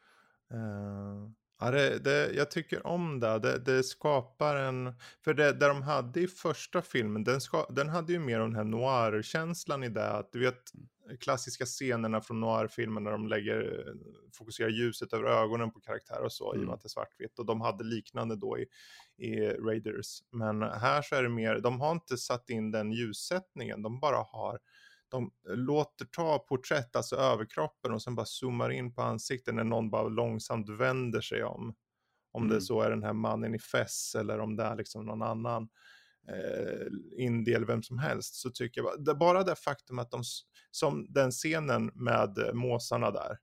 Jag tycker om det. Det skapar en... För det de hade i första filmen, den hade ju mer av den här noir-känslan i det. Att du vet, klassiska scenerna från noir-filmen när de fokuserar ljuset över ögonen på karaktärer och så, i och med att det är svartvitt. Och de hade liknande då i Raiders. Men här så är det mer, de har inte satt in den ljussättningen. De låter ta porträtt, alltså överkroppen, och sen bara zoomar in på ansikten när någon bara långsamt vänder sig om. Om det så är den här mannen i fess, eller om det är liksom någon annan indie eller vem som helst, så tycker jag bara det faktum att som den scenen med måsarna där.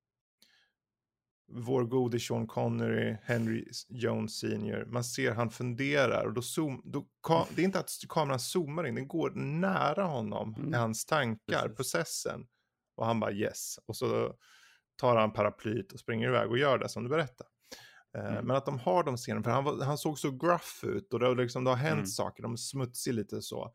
Vår gode Sean Connery, Henry Jones Sr. Man ser han funderar, och det är inte att kameran zoomar in, den går nära honom i hans tankar, processen. Och han bara yes. Och så tar han paraplyt och springer iväg och gör det som du berättar. Men att de har de scenerna, för han såg så gruff ut, och det har hänt saker, de är smutsiga lite så.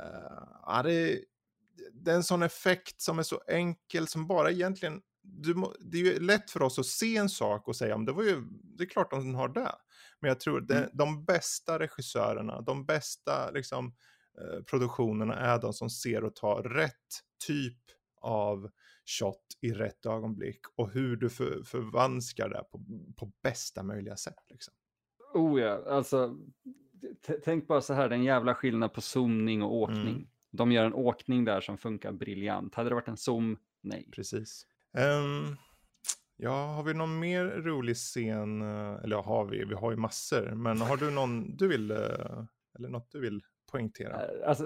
Det är en sån effekt som är så enkel, som bara egentligen... det är ju lätt för oss att se en sak och säga, det är klart de har det. Men jag tror de bästa regissörerna, de bästa liksom, produktionerna är de som ser och tar rätt typ av shot i rätt ögonblick, och hur du förvanskar det på bästa möjliga sätt liksom. Oh ja, alltså tänk bara så här, den jävla skillnad på zoomning och åkning. De gör en åkning där som funkar briljant. Hade det varit en zoom? Nej. Precis. Ja, har vi någon mer rolig scen? Eller vi har ju massor. Men har du någon du vill, eller något du vill poängtera? Alltså,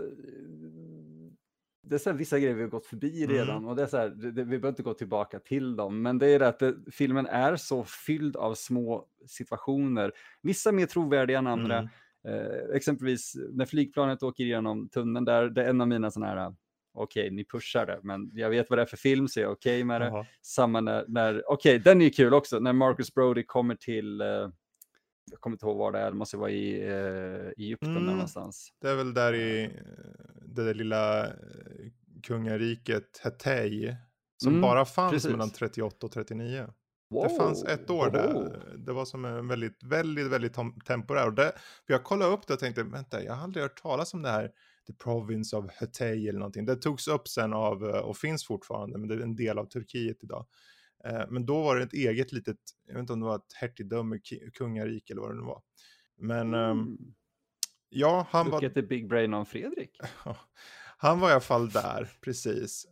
det är så här, vissa grejer vi har gått förbi redan, och det är så här, vi behöver inte gå tillbaka till dem, men det är det att filmen är så fylld av små situationer, vissa mer trovärdiga än andra. Exempelvis när flygplanet åker igenom tunneln där, det är en av mina sådana här, okej, ni pushar det, men jag vet vad det är för film, så jag är okej med det. Aha. Samma när den är ju kul också, när Marcus Brody kommer till jag kommer inte ihåg var det är, det måste vara i Egypten någonstans. Det är väl där i det där lilla kungariket Hetay, som bara fanns mellan 38 och 39. Wow. Det fanns ett år där. Det var som en väldigt, väldigt, väldigt temporär. Jag kollade upp det och tänkte, vänta, jag har aldrig hört talas om det här. The Province of Hetay eller någonting. Det togs upp sen av, och finns fortfarande, men det är en del av Turkiet idag. Men då var det ett eget litet, jag vet inte om det var ett hertigdöme, kungarik eller vad det nu var. Men ja, han var... Look at the big brain on Fredrik. Han var i alla fall där, precis.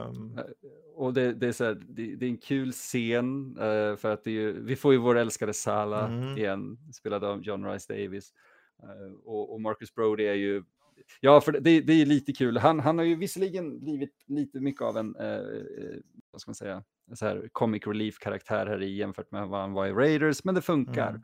Och det är så här, det är en kul scen, för att vi får ju vår älskade Sala igen, spelad av John Rhys Davies. Och Marcus Brody är ju, ja, för det är lite kul. Han har ju visserligen blivit lite mycket av en, vad ska man säga, så här comic relief-karaktär här i, jämfört med vad han var i Raiders, men det funkar.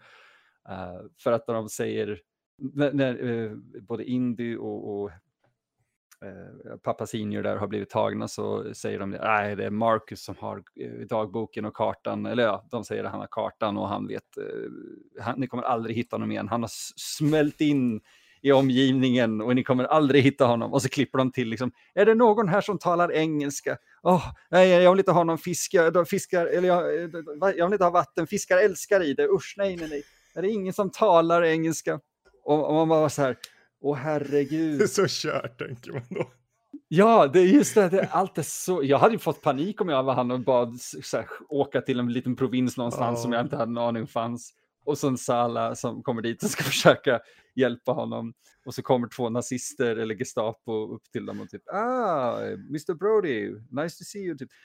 För att de säger, när både Indy och pappa senior där har blivit tagna, så säger de nej, det är Marcus som har dagboken och kartan, eller ja, de säger att han har kartan och han vet, ni kommer aldrig hitta honom igen, han har smält in i omgivningen och ni kommer aldrig hitta honom. Och så klipper de till liksom, är det någon här som talar engelska? Nej, jag vill inte ha någon fiskar, eller jag vill inte ha vatten, fiskar älskar i det, usch, nej. Är det ingen som talar engelska? Och man bara så här, herregud. Det är så kört, tänker man då. Ja, det är just det, allt är så, jag hade ju fått panik om jag var han och bad så här, åka till en liten provins någonstans som jag inte hade en aning fanns. Och så en Salah som kommer dit och ska försöka hjälpa honom. Och så kommer 2 nazister eller Gestapo upp till dem och typ, Mr. Brody, nice to see you. Typ,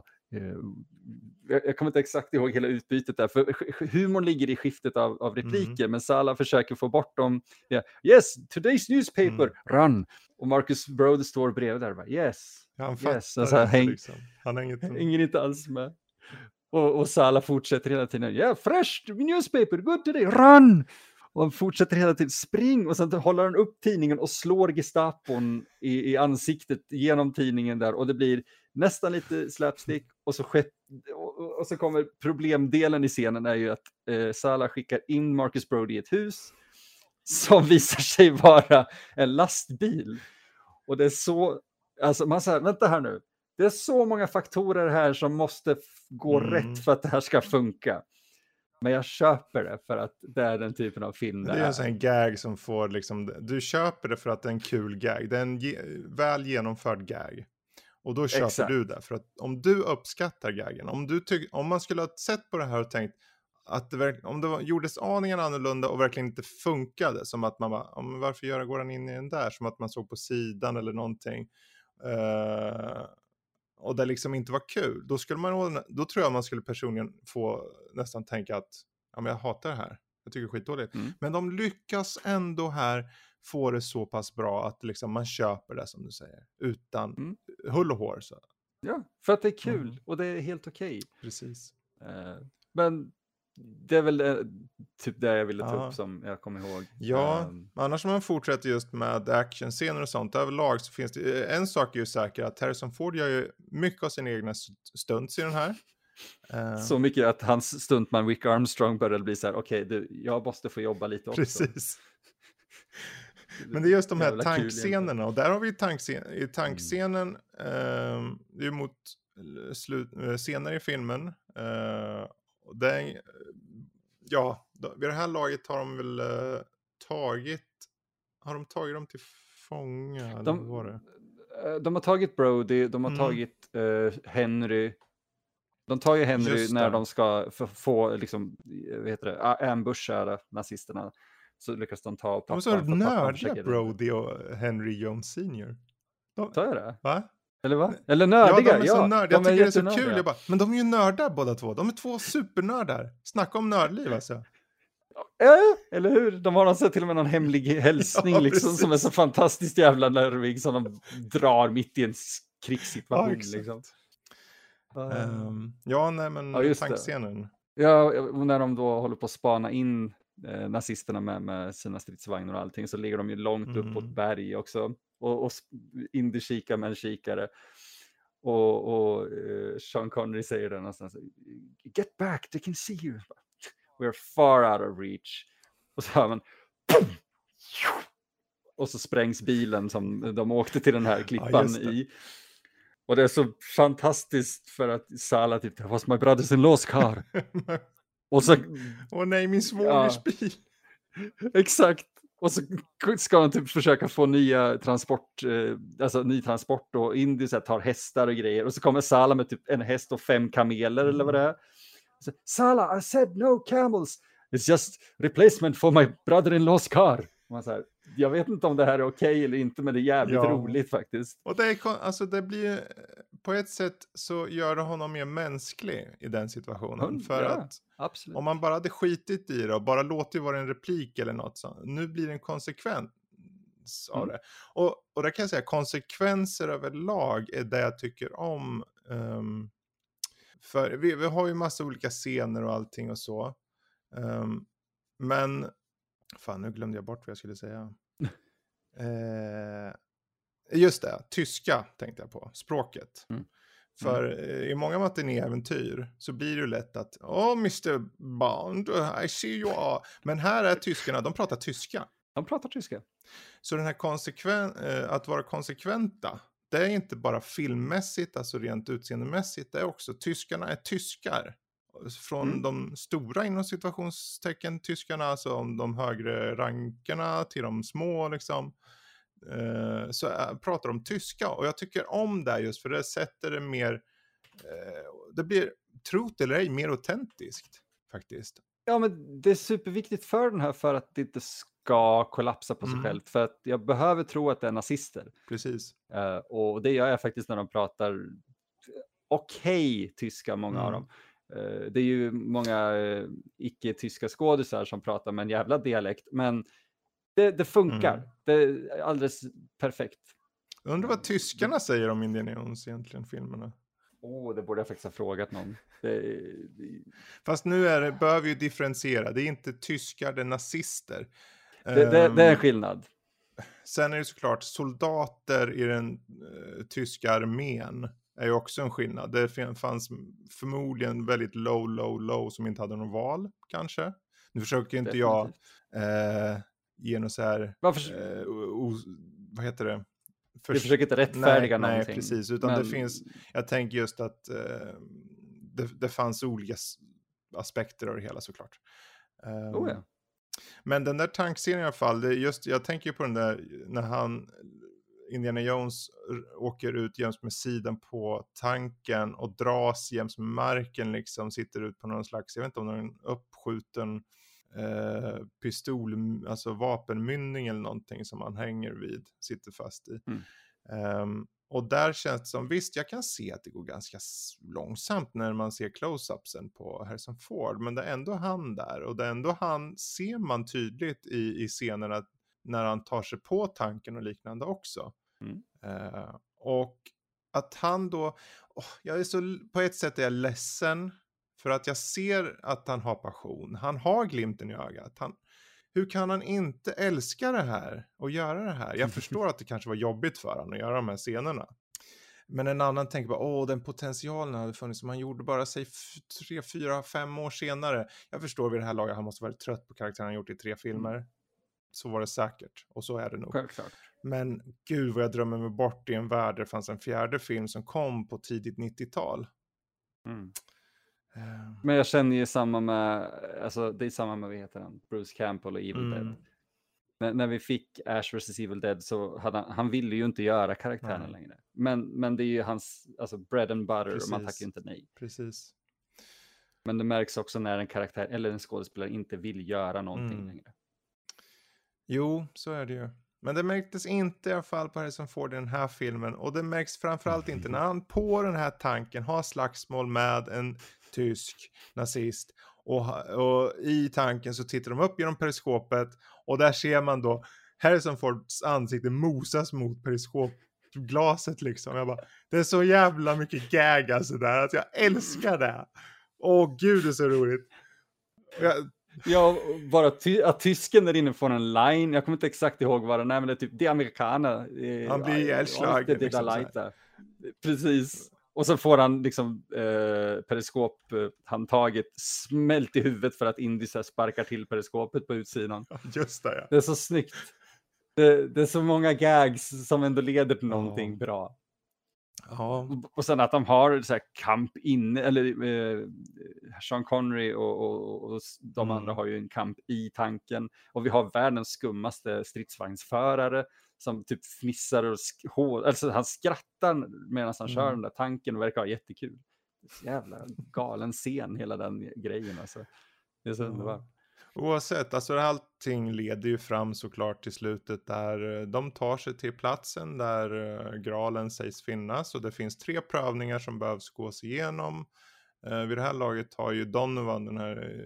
jag kommer inte exakt ihåg hela utbytet där, för humorn ligger i skiftet av repliker, men Salah försöker få bort dem. Yeah. Yes, today's newspaper, run. Och Marcus Brody står bredvid där och bara, yes. Han fattar yes. Alltså, liksom. Han hänger inte alls med. Och Salah fortsätter hela tiden, yeah, fresh newspaper, good today, run! Och han fortsätter hela tiden, spring! Och sen håller han upp tidningen och slår Gestapon i ansiktet genom tidningen där. Och det blir nästan lite slapstick. Och så kommer problemdelen i scenen är ju att Salah skickar in Marcus Brody i ett hus som visar sig vara en lastbil. Och det är så, alltså man säger, vänta här nu. Det är så många faktorer här som måste gå rätt för att det här ska funka. Men jag köper det för att det är den typen av film. Det är en sån gag som får liksom, du köper det för att det är en kul gag. Det är en väl genomförd gag. Och då köper du det. För att om du uppskattar gaggen, om man skulle ha sett på det här och tänkt att om det gjordes aningen annorlunda och verkligen inte funkade, som att man bara, varför går han in i den där? Som att man såg på sidan eller någonting. Och det liksom inte var kul, då tror jag man skulle personligen få nästan tänka att jag hatar det här, jag tycker det är skitdåligt. Men de lyckas ändå här få det så pass bra att liksom man köper det, som du säger, utan hull och hår. Så. Ja, för att det är kul och det är helt okej. Precis. Men det är väl typ det jag ville ta upp som jag kommer ihåg. Ja, annars om man fortsätter just med actionscener och sånt överlag, så finns det en sak är ju säker, att Harrison Ford gör ju mycket av sina egna stunts i den här. Så mycket att hans stuntman Wick Armstrong började bli så här, okej, jag måste få jobba lite också. Precis. Men det är just de här tankscenerna, och där har vi i tankscenen, det är ju mot senare i filmen, och den, vid det här laget har de väl tagit dem till fånga, eller vad var det? De har tagit Brody, de har tagit Henry. De tar ju Henry när de ska få liksom, ambusha nazisterna. Så lyckas de ta pappan. De är så nördiga, Brody och Henry Jones Senior. Tar jag det? Va? Eller va? Eller nördiga, de är så nördiga. Jag tycker det är så kul. Men de är ju nördar båda två. De är 2 supernördar. Snacka om nördliv alltså. Eller hur? De har till och med någon hemlig hälsning liksom, som är så fantastiskt jävla nervig som de drar mitt i en krigssituation. Liksom. Tankscenen. Ja, och när de då håller på att spana in nazisterna med sina stridsvagnar och allting, så ligger de ju långt upp på ett berg också och kikar med en kikare. Och Sean Connery säger det någonstans, get back, they can see you. We're far out of reach. Och så hör man och så sprängs bilen som de åkte till den här klippan i. Och det är så fantastiskt för att Salah typ, that was my brother-in-law's car. Och så, nej, min svågers bil. Exakt. Och så ska de typ försöka få ny transport och Indy tar hästar och grejer. Och så kommer Salah med typ en häst och 5 kameler eller vad det är. Så, Salah, I said no camels. It's just replacement for my brother-in-law's car. Man så här, jag vet inte om det här är okej eller inte, men det är jävligt roligt faktiskt. Och det blir, på ett sätt så gör det honom mer mänsklig i den situationen. För att absolut. Om man bara hade skitit i det och bara låtit det vara en replik eller något så, nu blir det en konsekvens av det. Och där kan jag säga, konsekvenser överlag är det jag tycker om. För vi har ju massa olika scener och allting och så. Men fan, nu glömde jag bort vad jag skulle säga. Just det, tyska tänkte jag på, språket. Mm. För i många matinéäventyr så blir det ju lätt att Mr. Bond, I see you are. Men här är tyskarna, de pratar tyska. De pratar tyska. Så den här att vara konsekventa, det är inte bara filmmässigt, alltså rent utseendemässigt, det är också tyskarna är tyskar. Från de stora inom situationstecken tyskarna, alltså om de högre rankerna till de små liksom. Så pratar de tyska, och jag tycker om det just för det sätter det mer, det blir, trot eller ej, mer autentiskt faktiskt. Ja, men det är superviktigt för den här för att det inte ska kollapsa på sig själv, för att jag behöver tro att det är nazister. Precis. Och det gör jag faktiskt när de pratar okej tyska, många av dem. Det är ju många icke-tyska skådisar som pratar med en jävla dialekt, men det funkar. Det är alldeles perfekt. Undrar vad tyskarna säger om Indiana Jones egentligen, filmerna. Det borde jag faktiskt ha frågat någon. Fast nu behöver vi ju differentiera. Det är inte tyskar, det är nazister. Det är en skillnad. Sen är det såklart soldater i den tyska armén är ju också en skillnad. Det fanns förmodligen väldigt low som inte hade någon val, kanske. Nu försöker inte jag ge något så här... vad heter det? Vi försöker inte rättfärdiga någonting. Nej, precis. Utan det finns... Jag tänker just att det fanns olika aspekter av det hela, såklart. Ja. Men den där tankserien i alla fall, jag tänker på den där när Indiana Jones åker ut jäms med sidan på tanken och dras jäms med marken, liksom sitter ut på någon slags, jag vet inte om det är en uppskjuten pistol, alltså vapenmynning eller någonting som man hänger vid, sitter fast i. Och där känns det som, visst jag kan se att det går ganska långsamt när man ser close-upsen på Harrison Ford, men det är ändå han där, och det är ändå han ser man tydligt i scenerna när han tar sig på tanken och liknande också. Och att han då, jag är så, på ett sätt är jag ledsen för att jag ser att han har passion, han har glimten i ögat, hur kan han inte älska det här och göra det här? Jag förstår att det kanske var jobbigt för honom att göra de här scenerna. Men en annan tänker bara, den potentialen hade funnits som han gjorde bara sig 3, 4, 5 år senare. Jag förstår vid det här laget, han måste vara trött på karaktären han gjort i 3 filmer. Så var det säkert, och så är det nog. Självklart. Men gud vad jag drömmer mig bort i en värld där det fanns en 4:e film som kom på tidigt 90-tal. Men jag känner ju samma med, alltså det är samma med, vad heter han? Bruce Campbell och Evil Dead. När vi fick Ash vs Evil Dead så hade han ville ju inte göra karaktären längre. Men det är ju hans, alltså bread and butter. Precis. Och man tackar ju inte nej. Precis. Men det märks också när en karaktär eller en skådespelare inte vill göra någonting längre. Jo, så är det ju. Men det märktes inte i alla fall på Harrison Ford i den här filmen. Och det märks framförallt inte när han på den här tanken har slagsmål med en tysk nazist. Och i tanken så tittar de upp genom periskopet. Och där ser man då Harrison Fords ansikte mosas mot periskopglaset liksom. Jag bara, det är så jävla mycket gag alltså där. Att jag älskar det. Gud, det är så roligt. Ja, bara att tysken där inne får en line. Jag kommer inte exakt ihåg vad det är, men det är typ det amerikaner. Han blir ihjälslagen. Liksom, precis. Och så får han liksom periskophandtaget smält i huvudet för att Indy sparkar till periskopet på utsidan. Just det, ja. Det är så snyggt. Det är så många gags som ändå leder till någonting bra. Ja. Och sen att de har så här kamp inne, eller Sean Connery och de andra har ju en kamp i tanken. Och vi har världens skummaste stridsvagnsförare som typ fnissar och alltså han skrattar medan han kör den där tanken och verkar ha jättekul. Så jävla galen scen, hela den grejen alltså. Det är så underbart. Oavsett, alltså allting leder ju fram såklart till slutet där de tar sig till platsen där graalen sägs finnas, och det finns 3 prövningar som behövs gås igenom. Vid det här laget har ju Donovan, den här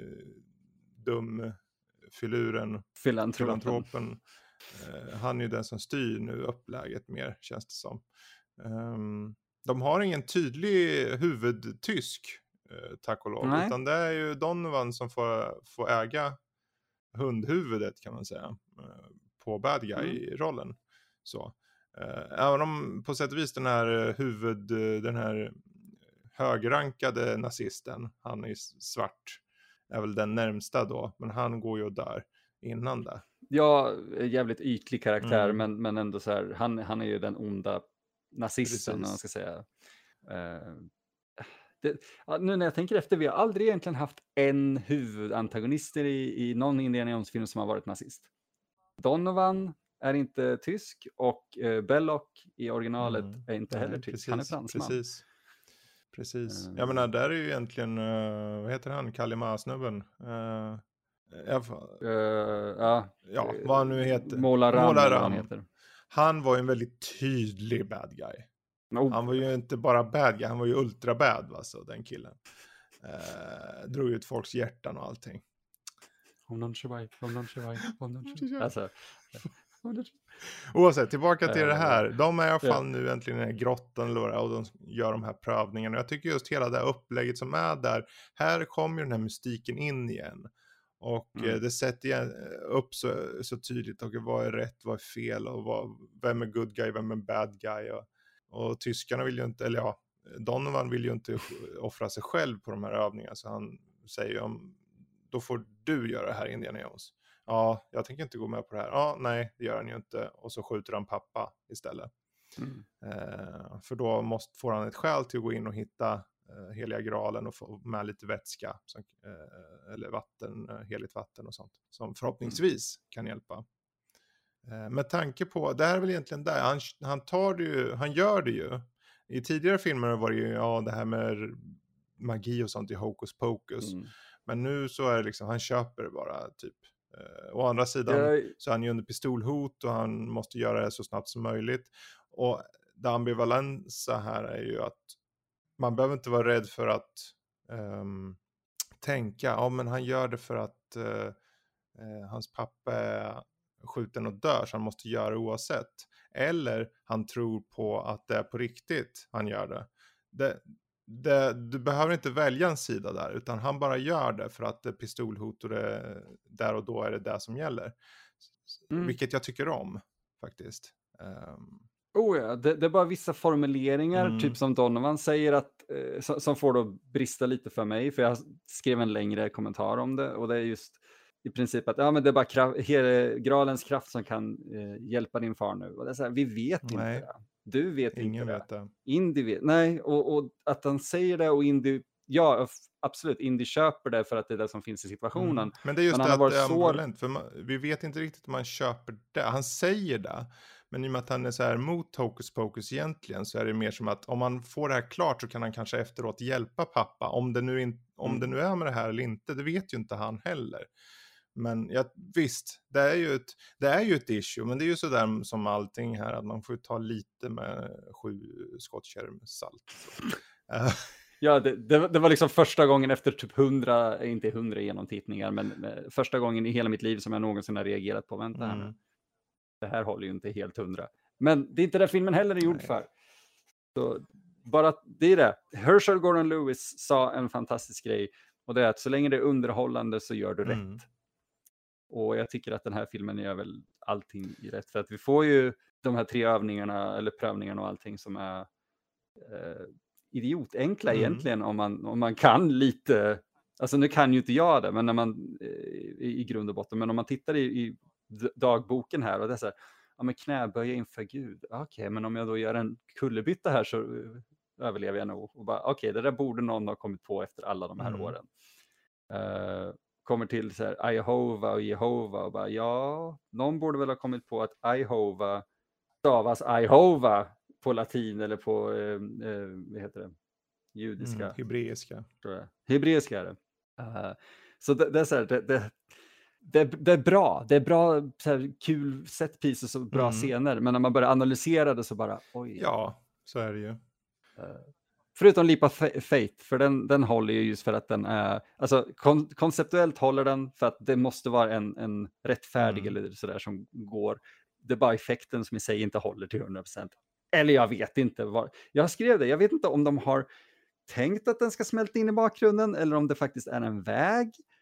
filuren, filantropen. Han är ju den som styr nu uppläget mer, känns det som. De har ingen tydlig huvudtysk, tack och lov. Nej. Utan det är ju Donovan som får äga hundhuvudet, kan man säga, på bad guy-rollen. Så. Även om på sätt och vis den här högrankade nazisten, han är svart, är väl den närmsta då, men han går ju där innan det. Ja, jävligt ytlig karaktär, men ändå så här, han är ju den onda nazisten, om man ska säga. Nu när jag tänker efter, vi har aldrig egentligen haft en huvudantagonister i någon Indiana Jones-film som har varit nazist. Donovan är inte tysk och Belloc i originalet är inte heller tysk. Precis, han är fransman. Precis. Jag menar, där är ju egentligen, vad heter han, Kalima-snubben? Ja, vad han nu heter. Molaram. Han var ju en väldigt tydlig bad guy. Han var ju inte bara bad guy, han var ju ultra bad, alltså, den killen. Drog ut folks hjärtan och allting. Alltså, oavsett, tillbaka till det här. De är i alla fall nu äntligen i den här grottan och de gör de här prövningarna. Jag tycker just hela det här upplägget som är där. Här kommer ju den här mystiken in igen. Och det sätter upp så tydligt. Och vad är rätt, vad är fel. Och vem är good guy, vem är bad guy. Och tyskarna vill ju inte, eller ja, Donovan vill ju inte offra sig själv på de här övningarna. Så han säger ju, då får du göra det här, Indiana Jones. Ja, jag tänker inte gå med på det här. Ja, nej, det gör han ju inte. Och så skjuter han pappa istället. För då får han ett skäl till att gå in och hitta heliga graalen och få med lite vätska. Eller vatten, heligt vatten och sånt. Som förhoppningsvis kan hjälpa. Med tanke på, det här är väl egentligen där. Han gör det ju. I tidigare filmer var det ju, det här med magi och sånt i Hocus Pocus. Men nu så är det liksom, han köper det bara typ. Å andra sidan så är han ju under pistolhot och han måste göra det så snabbt som möjligt. Och det ambivalensa här är ju att man behöver inte vara rädd för att tänka, men han gör det för att hans pappa är skjuten och dör, så han måste göra det oavsett. Eller han tror på att det är på riktigt han gör det. Du behöver inte välja en sida där, utan han bara gör det för att det är pistolhot och det, där och då är det som gäller. Vilket jag tycker om faktiskt. Det är bara vissa formuleringar, typ som Donovan säger, att som får då brista lite för mig, för jag skrev en längre kommentar om det, och det är just i princip att men det är bara gralens kraft som kan hjälpa din far nu. Och det är så här, vi vet inte det. Du vet Ingen inte vet det. Indy vet. Nej, och att han säger det, och Indy, ja absolut, Indy köper det för att det är det som finns i situationen. Men det är just det att det är ambivalent, för vi vet inte riktigt om man köper det. Han säger det, men i och med att han är så här mot Hocus Pocus egentligen, så är det mer som att om man får det här klart så kan han kanske efteråt hjälpa pappa. Om det nu är med det här eller inte, det vet ju inte han heller. Men visst, det är ju ett issue, men det är ju sådär som allting här, att man får ta lite med 7 skottkärr med salt. Ja, det var liksom första gången efter typ 100, inte 100 genomtittningar, men första gången i hela mitt liv som jag någonsin har reagerat på, vänta här nu. Det här håller ju inte helt 100. Men det är inte det filmen heller är gjord för. Så bara det är det. Herschel Gordon Lewis sa en fantastisk grej, och det är att så länge det är underhållande så gör du rätt. Och jag tycker att den här filmen gör väl allting i rätt, för att vi får ju de här 3 övningarna eller prövningarna och allting som är idiotenkla egentligen, om man kan lite, alltså nu kan ju inte jag det, men när man i grund och botten, men om man tittar i dagboken här, och det är så här, men knäböja inför Gud, okej, men om jag då gör en kullerbytta här så överlever jag nog, och bara okej, det där borde någon ha kommit på efter alla de här åren. Kommer till så här Ihova och Jehova, och bara någon borde väl ha kommit på att Ihova stavas Ihova på latin, eller på vad heter det, judiska, hebreiska, tror jag. Hebreiska är det. Så det är så här, det är bra, så här, kul set pieces och bra scener, men när man börjar analysera det så bara oj. Ja, så är det ju. Förutom Leap of Faith, för den håller ju just för att den är, alltså konceptuellt håller den, för att det måste vara en rättfärdig eller sådär som går. Det är bara effekten som i sig inte håller till 100%. Eller jag vet inte jag skrev det, jag vet inte om de har tänkt att den ska smälta in i bakgrunden, eller om det faktiskt är en väg.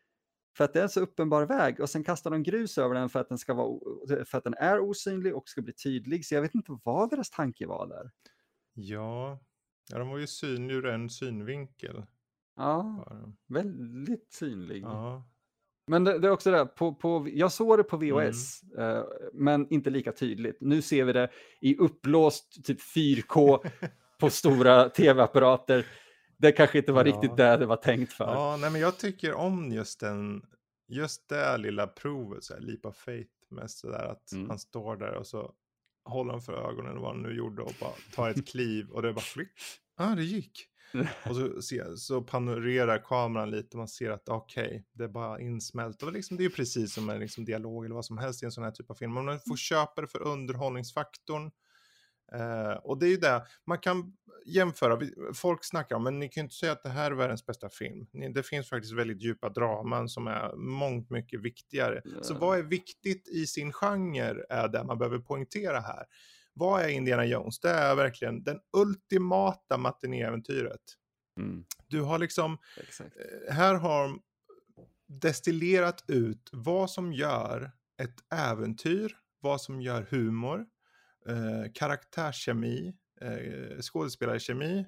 För att det är en så uppenbar väg och sen kastar de grus över den för att den är osynlig och ska bli tydlig. Så jag vet inte vad deras tanke var där. Ja, de var ju synlig ur en synvinkel. Ja, väldigt synlig. Ja. Men det är också det, jag såg det på VHS, men inte lika tydligt. Nu ser vi det i uppblåst typ 4K på stora tv-apparater. Det kanske inte var riktigt det var tänkt för. Ja, nej, men jag tycker om just det lilla provet, så här, leap of faith, med så där att han står där och så håller han för ögonen vad han nu gjorde och bara tar ett kliv och det bara flick. Det gick. Och så panorerar kameran lite och man ser att okej, det är bara insmält. Och liksom, det är ju precis som en liksom, dialog eller vad som helst i en sån här typ av film. Om man får köpa det för underhållningsfaktorn. Och det är ju det, man kan jämföra, folk snackar om, men ni kan ju inte säga att det här är världens bästa film. Det finns faktiskt väldigt djupa draman som är mångt mycket viktigare. Så vad är viktigt i sin genre är det man behöver poängtera här. Vad är Indiana Jones? Det är verkligen den ultimata matinéäventyret. Du har liksom, här har de destillerat ut vad som gör ett äventyr, vad som gör humor, karaktärskemi, skådespelarkemi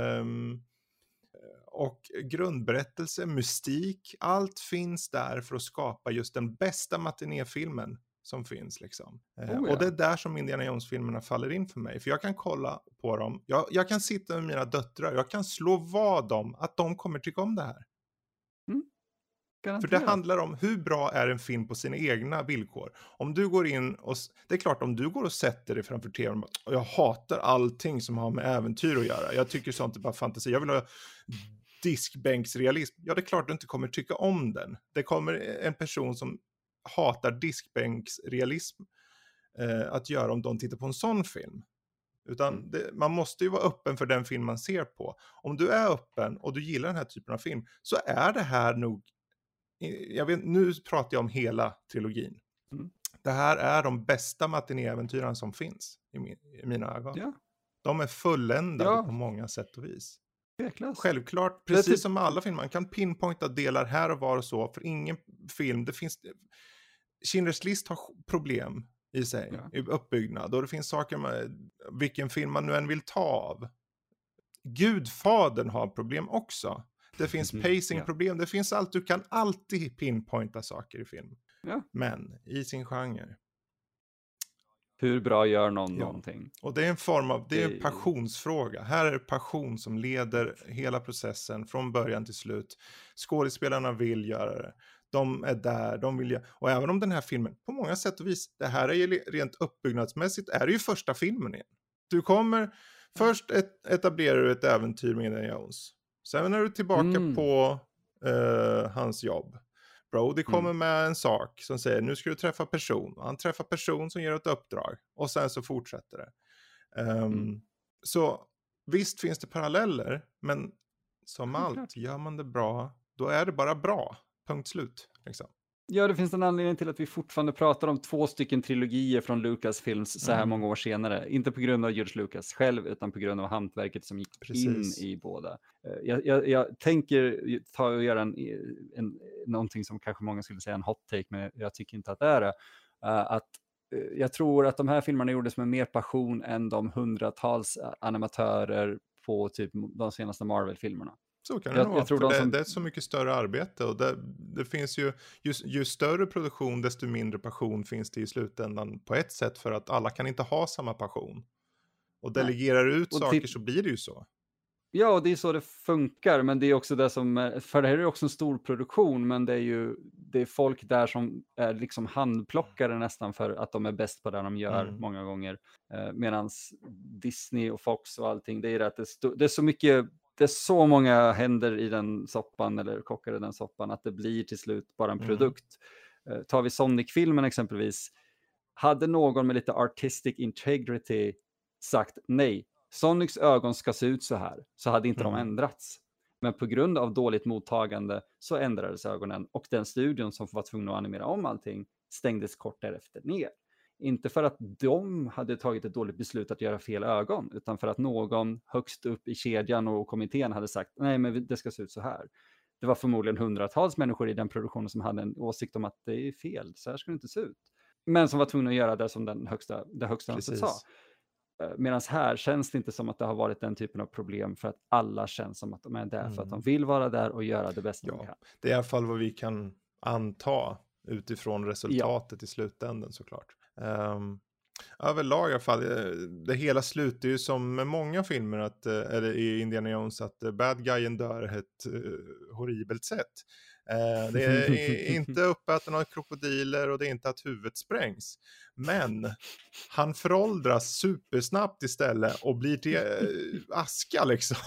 och grundberättelse, mystik. Allt finns där för att skapa just den bästa matinéfilmen som finns liksom. Och det är där som Indiana Jones-filmerna faller in för mig. För jag kan kolla på dem, jag kan sitta med mina döttrar, jag kan slå vad dem att de kommer tycka om det här. För det handlar om hur bra är en film på sina egna villkor. Om du går in och, det är klart, om du går och sätter dig framför tvn och jag hatar allting som har med äventyr att göra. Jag tycker sånt är bara fantasi. Jag vill ha diskbänksrealism. Ja, det är klart du inte kommer tycka om den. Det kommer en person som hatar diskbänksrealism att göra om de tittar på en sån film. Utan man måste ju vara öppen för den film man ser på. Om du är öppen och du gillar den här typen av film så är det här nog, nu pratar jag om hela trilogin. Det här är de bästa matinéäventyren som finns i mina ögon. Ja. De är fulländade på många sätt och vis. Självklart, precis som med alla filmer, man kan pinpointa delar här och var och så, för ingen film, det finns, Schindler's List har problem i sig, i uppbyggnad, och det finns saker med vilken film man nu än vill ta av. Gudfadern har problem också. Det finns pacing-problem, det finns allt, du kan alltid pinpointa saker i film. Men i sin genre. Hur bra gör någonting? Och det är en form av, det är en passionsfråga. Här är det passion som leder hela processen från början till slut. Skådespelarna vill göra det. De är där, de vill göra. Och även om den här filmen, på många sätt och vis, det här är ju rent uppbyggnadsmässigt, är det ju första filmen igen. Du kommer, först etablerar du ett äventyr med Indiana Jones. Sen är du tillbaka på hans jobb. Brody kommer med en sak som säger, nu ska du träffa person. Han träffar person som ger ett uppdrag. Och sen så fortsätter det. Så visst finns det paralleller, men som allt, gör man det bra, då är det bara bra. Punkt slut. Liksom. Ja, det finns en anledning till att vi fortfarande pratar om 2 trilogier från Lucasfilms så här många år senare. Inte på grund av George Lucas själv, utan på grund av hantverket som gick in i båda. Jag tänker ta och göra någonting som kanske många skulle säga en hot take, men jag tycker inte att det är det. Jag tror att de här filmerna gjordes med mer passion än de hundratals animatörer på typ de senaste Marvel-filmerna. Så kan det nog vara, det är så mycket större arbete, och det finns ju större produktion desto mindre passion finns det i slutändan på ett sätt, för att alla kan inte ha samma passion. Och delegerar ut saker så blir det ju så. Ja, och det är så det funkar, men det är också det som, för det här är ju också en stor produktion, men det är folk där som är liksom handplockare nästan för att de är bäst på det de gör många gånger. Medans Disney och Fox och allting, det är att det är så mycket. Det är så många händer i den soppan, eller kockar i den soppan, att det blir till slut bara en produkt. Tar vi Sonic-filmen exempelvis. Hade någon med lite artistic integrity sagt nej, Sonics ögon ska se ut så här, så hade inte de ändrats. Men på grund av dåligt mottagande så ändrades ögonen, och den studion som var tvungen att animera om allting stängdes kort därefter ner. Inte för att de hade tagit ett dåligt beslut att göra fel ögon, utan för att någon högst upp i kedjan och kommittén hade sagt nej, men det ska se ut så här. det var förmodligen hundratals människor i den produktionen som hade en åsikt om att det är fel, så här ska det inte se ut. Men som var tvungna att göra det som det högsta ansett sa. Medan här känns det inte som att det har varit den typen av problem, för att alla känns som att de är där för att de vill vara där och göra det bästa de kan. Det är i alla fall vad vi kan anta utifrån resultatet i slutändan såklart. Överlag i alla fall, det hela slutar ju som med många filmer eller i Indiana Jones, att bad guyen dör ett horribelt sätt. Det är inte uppäten av krokodiler och det är inte att huvudet sprängs. Men han föråldras supersnabbt istället och blir till aska liksom.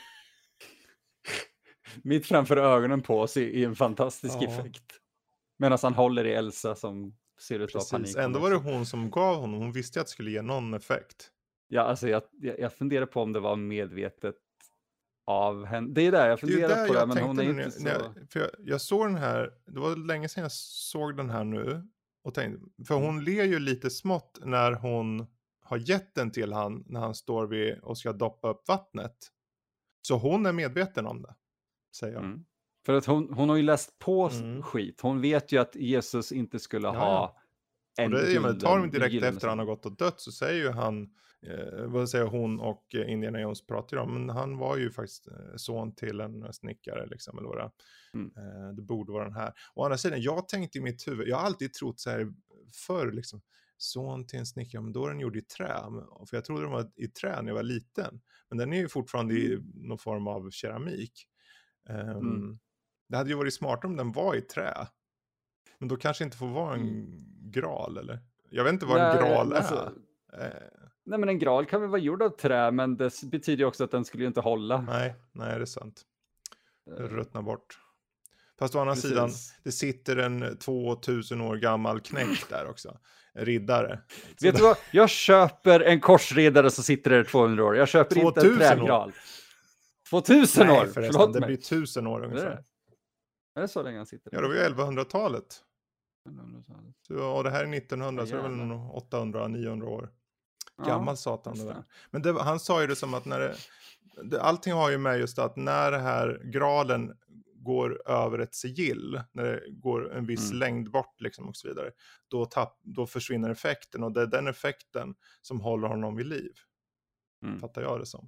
Mitt framför ögonen på oss i en fantastisk effekt. Medan han håller i Elsa som ser ut att ha panik. Ändå var det hon som gav honom. Hon visste att det skulle ge någon effekt. Ja, alltså jag funderar på om det var medvetet av henne. Det är där jag funderar på det, men hon är inte så... För jag såg den här, det var länge sedan jag såg den här nu. Och tänkte, för hon ler ju lite smått när hon har gett den till han, när han står vid och ska doppa upp vattnet. Så hon är medveten om det, säger jag. För att hon har ju läst på skit. Hon vet ju att Jesus inte skulle ha en gulden. Tar de direkt efter han har gått och dött, så säger ju han, vad säger hon och Indiana Jones pratar om, men han var ju faktiskt son till en snickare liksom, eller vad det är. Det borde vara den här. Å andra sidan, jag tänkte i mitt huvud, jag har alltid trott så här förr liksom, son till en snickare, men då är den gjord i trä. För jag trodde de var i trä när jag var liten. Men den är ju fortfarande i någon form av keramik. Det hade ju varit smartare om den var i trä. Men då kanske inte får vara en gral, eller? Jag vet inte vad en gral är. Alltså, nej, men en gral kan väl vara gjord av trä, men det betyder ju också att den skulle ju inte hålla. Nej, det är sant. Det ruttnar bort. Fast å andra sidan, det sitter en 2000 år gammal knäck där också. En riddare. Vet du vad? Jag köper en korsriddare så sitter det 200 år. Jag köper inte en trägral. 2000 år? Förresten, det blir 1000 år ungefär. Är det så länge han sitter där? Ja, det var ju 1100-talet. Och det här är 1900, så det är väl 800-900 år. Gammal satan det där. Men han sa ju det som att när allting har ju med just att när det här graalen går över ett sigill, när det går en viss längd bort liksom och så vidare, då försvinner effekten, och det är den effekten som håller honom vid liv. Fattar jag det som.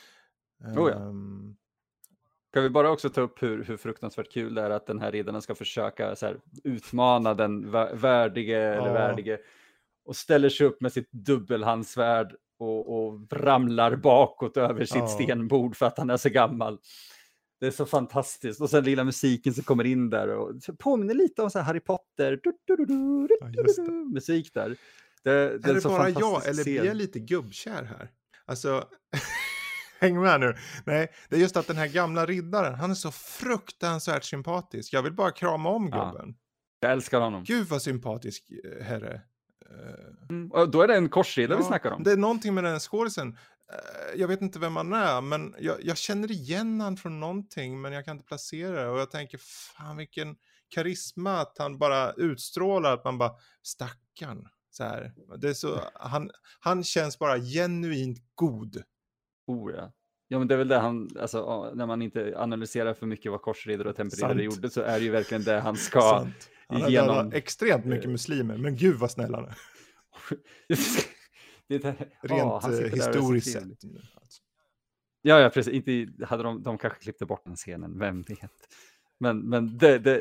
Kan vi bara också ta upp hur fruktansvärt kul det är att den här riddaren ska försöka så här, utmana den värdige och ställer sig upp med sitt dubbelhandsvärd och ramlar bakåt över sitt stenbord för att han är så gammal. Det är så fantastiskt. Och sen lilla musiken som kommer in där och påminner lite om så här Harry Potter musik där. Det är det så bara jag, eller blir jag lite gubbkär här? Alltså... Häng med nu. Nej, det är just att den här gamla riddaren, han är så fruktansvärt sympatisk. Jag vill bara krama om gubben. Jag älskar honom. Gud vad sympatisk herre. Och då är det en korsriddare vi snackar om. Det är någonting med den skådisen. Jag vet inte vem han är, men jag känner igen han från någonting, men jag kan inte placera det. Och jag tänker, fan vilken karisma att han bara utstrålar, att man bara, stackarn. Så här. Det är så, han känns bara genuint god. Ja, men det är väl det han, alltså, när man inte analyserar för mycket vad korsriddare och tempererare gjorde, så är det ju verkligen det han ska igenom. Han har extremt mycket muslimer, men gud vad snälla han är. Rent historiskt sett. Ja, precis. Inte hade de kanske klippte bort den scenen, vem vet. Men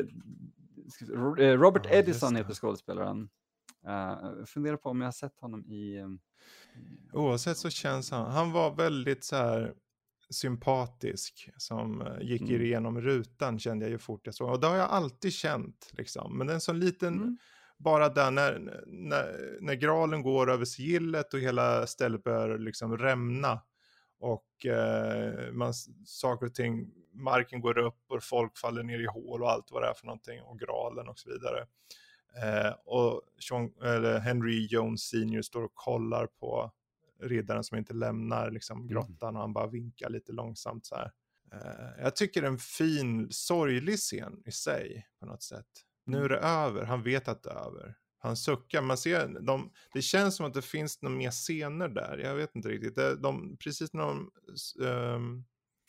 Robert Edison heter skådespelaren. Funderar på om jag har sett honom i... Oavsett så känns han var väldigt så här sympatisk, som gick igenom rutan, kände jag ju fort jag såg. Och det har jag alltid känt liksom. Men en sån liten, bara där när graalen går över sigillet och hela stället börjar liksom rämna. Och saker och ting, marken går upp och folk faller ner i hål och allt vad det är för någonting. Och graalen och så vidare. Och Henry Jones senior står och kollar på riddaren som inte lämnar liksom grottan, och han bara vinkar lite långsamt så här. Jag tycker det är en fin, sorglig scen i sig på något sätt. Nu är det över, han vet att det är över. Han suckar, man ser det känns som att det finns några mer scener där. Jag vet inte riktigt. Precis när de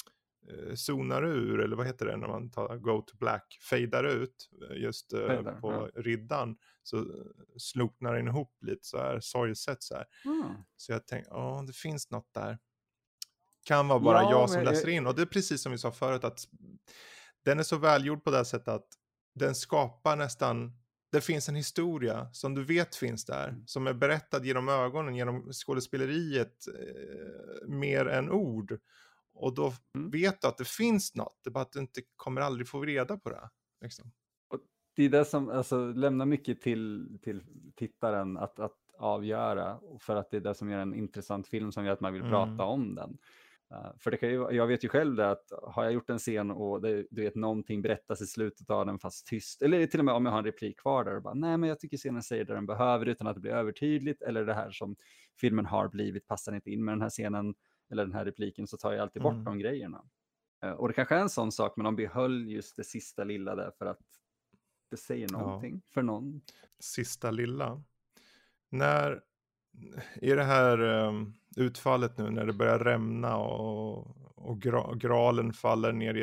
zonar ur, eller vad heter det när man tar go to black, fejdar ut just på riddan, så sloknar den ihop lite så här, sorgset så här. Så jag tänkte, det finns något där. Kan vara bara jag som läser in, och det är precis som vi sa förut, att den är så välgjord på det här sättet att den skapar nästan, det finns en historia som du vet finns där, som är berättad genom ögonen, genom skådespeleriet, mer än ord. Och då vet du att det finns något, det är bara att du inte kommer aldrig få reda på det. Liksom. Och det är det som lämnar mycket till tittaren att avgöra, för att det är det som gör en intressant film, som gör att man vill prata om den. För det kan ju, jag vet ju själv det, att har jag gjort en scen och du vet, någonting berättas i slutet av den fast tyst, eller till och med om jag har en replik kvar där och bara, nej men jag tycker scenen säger det den behöver utan att det blir övertydligt, eller det här som filmen har blivit passar inte in med den här scenen eller den här repliken, så tar jag alltid bort de grejerna. Och det kanske är en sån sak, men de behöll just det sista lilla där för att det säger någonting för någon. Sista lilla. När i det här utfallet nu, när det börjar rämna och gralen faller ner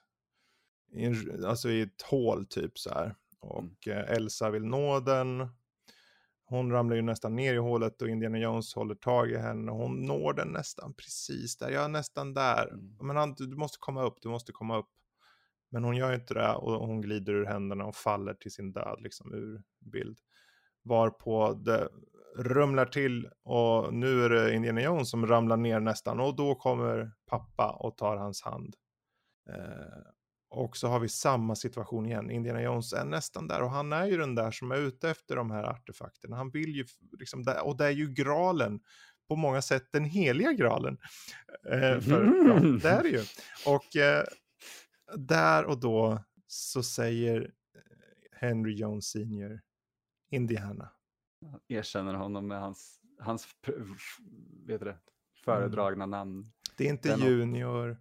i ett hål typ så här, och Elsa vill nå den, hon ramlar ju nästan ner i hålet och Indiana Jones håller tag i henne och hon når den nästan precis där, jag är nästan där, men du måste komma upp, men hon gör ju inte det, och hon glider ur händerna och faller till sin död liksom ur bild, varpå det rumlar till, och nu är det Indiana Jones som ramlar ner nästan, och då kommer pappa och tar hans hand. Och så har vi samma situation igen. Indiana Jones är nästan där, och han är ju den där som är ute efter de här artefakterna. Han vill ju liksom, och det är ju gralen på många sätt, den heliga gralen. Det är det ju. Och där och då så säger Henry Jones Sr. Indiana. Erkänner honom med hans vet du det, föredragna namn. Det är inte Junior,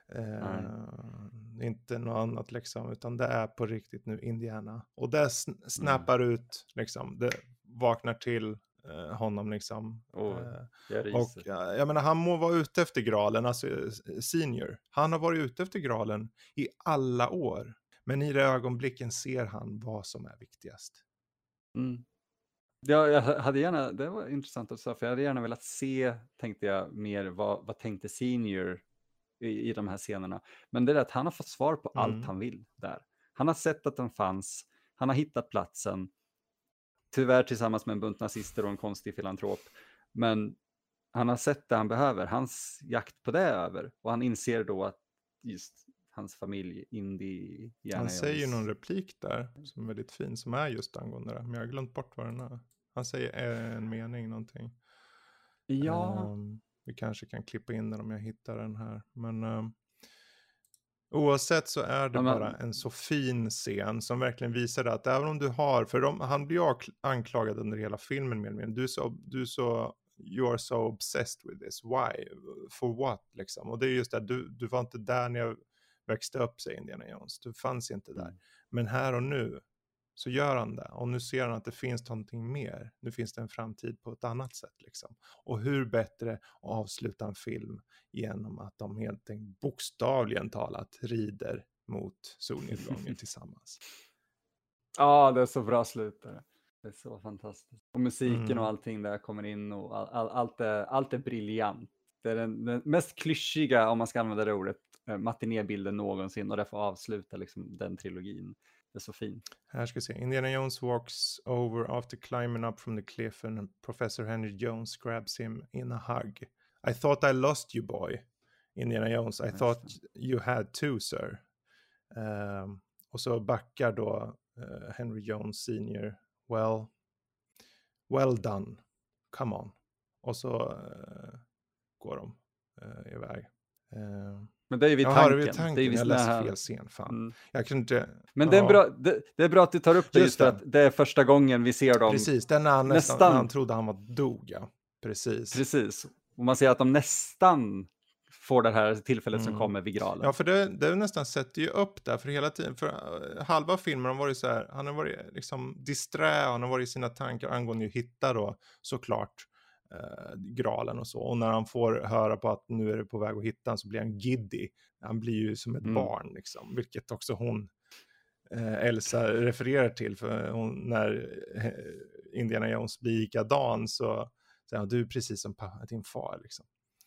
inte något annat liksom, utan det är på riktigt nu Indiana. Och det snappar ut liksom, det vaknar till honom liksom. Och jag menar, han må vara ute efter gralen, alltså Senior. Han har varit ute efter gralen i alla år, men i det ögonblicken ser han vad som är viktigast. Ja, jag hade gärna, det var intressant att säga, för jag hade gärna velat se, tänkte jag, mer vad tänkte Senior i de här scenerna. Men det är att han har fått svar på allt han vill där. Han har sett att den fanns, han har hittat platsen, tyvärr tillsammans med en bunt nazister och en konstig filantrop. Men han har sett det han behöver, hans jakt på det är över. Och han inser då att just hans familj, Indy, han säger någon replik där som är väldigt fin, som är just angående det. Men jag har glömt bort vad den är. Han säger en mening, någonting. Ja. Vi kanske kan klippa in den om jag hittar den här. Men oavsett så är det bara en så fin scen som verkligen visar att även om du har, för han blir anklagad under hela filmen med du you are so obsessed with this, why, for what liksom. Och det är just det, du var inte där när jag växte upp, säger Indiana Jones. Du fanns inte där. Men här och nu så gör han det. Och nu ser han att det finns någonting mer. Nu finns det en framtid på ett annat sätt liksom. Och hur bättre att avsluta en film genom att de helt enkelt bokstavligen talat rider mot solnedgången tillsammans. Ja, det är så bra slut där. Det är så fantastiskt. Och musiken och allting där kommer in, och allt är briljant. Det är den mest klyschiga, om man ska använda det ordet, matinébilden någonsin, och därför avsluta liksom den trilogin. Det är så fint. Här ska vi se. Indiana Jones walks over after climbing up from the cliff, and Professor Henry Jones grabs him in a hug. I thought I lost you, boy. Indiana Jones, I thought you had too, sir. Och så backar då Henry Jones Sr. Well done. Come on. Och så går de iväg. Men det är vid tanken. Det är jag läste fel scen, fan. Jag kan inte... Men det är bra att du tar upp det, just för att det är första gången vi ser dem. Precis, den när han trodde han var dog, ja. Precis. Och man ser att de nästan får det här tillfället som kommer vid gralen. Ja, för det nästan sätter ju upp där, för hela tiden, för halva filmen har varit så här, han har varit liksom disträ, han har varit i sina tankar angående att hitta då, såklart, graalen och så. Och när han får höra på att nu är det på väg att hitta han, så blir han giddy. Han blir ju som ett barn liksom, vilket också hon Elsa refererar till, för när Indiana Jones blir likadan så säger han, du är precis som din far liksom.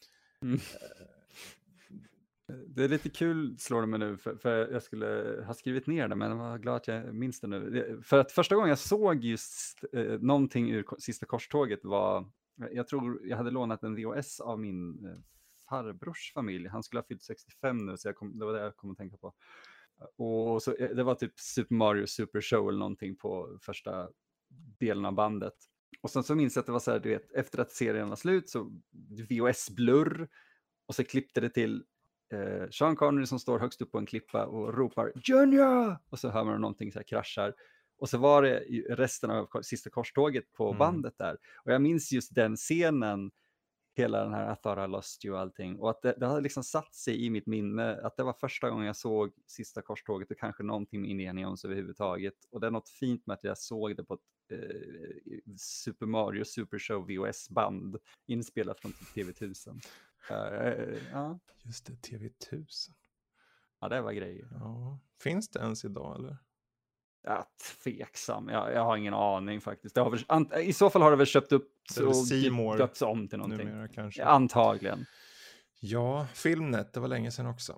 Det är lite kul, slår det mig nu, för jag skulle ha skrivit ner det, men jag var glad att jag minns det nu. För att första gången jag såg just någonting ur Sista korståget var, jag tror jag hade lånat en VHS av min farbrors familj. Han skulle ha fyllt 65 nu, så det var det jag kom att tänka på. Och så, det var typ Super Mario Super Show eller någonting på första delen av bandet. Och sen så minns jag att det var så här, du vet, efter att serien var slut så VHS-blurr, och så klippte det till Sean Connery som står högst upp på en klippa och ropar Junior! Och så hör man någonting så här kraschar. Och så var det resten av Sista korståget på bandet där. Och jag minns just den scenen, hela den här I thought I lost you och allting. Och att det hade liksom satt sig i mitt minne att det var första gången jag såg Sista korståget och kanske någonting med Indiana Jones överhuvudtaget. Och det är något fint med att jag såg det på ett Super Mario Super Show VHS-band inspelat från TV1000. Ja. Just det, TV1000. Ja, det var grejer. Ja. Finns det ens idag eller? Ja, tveksam. Jag har ingen aning faktiskt. I så fall har det väl köpt upp och döpts om till någonting. Numera, kanske. Ja, antagligen. Ja, Filmnet, det var länge sedan också.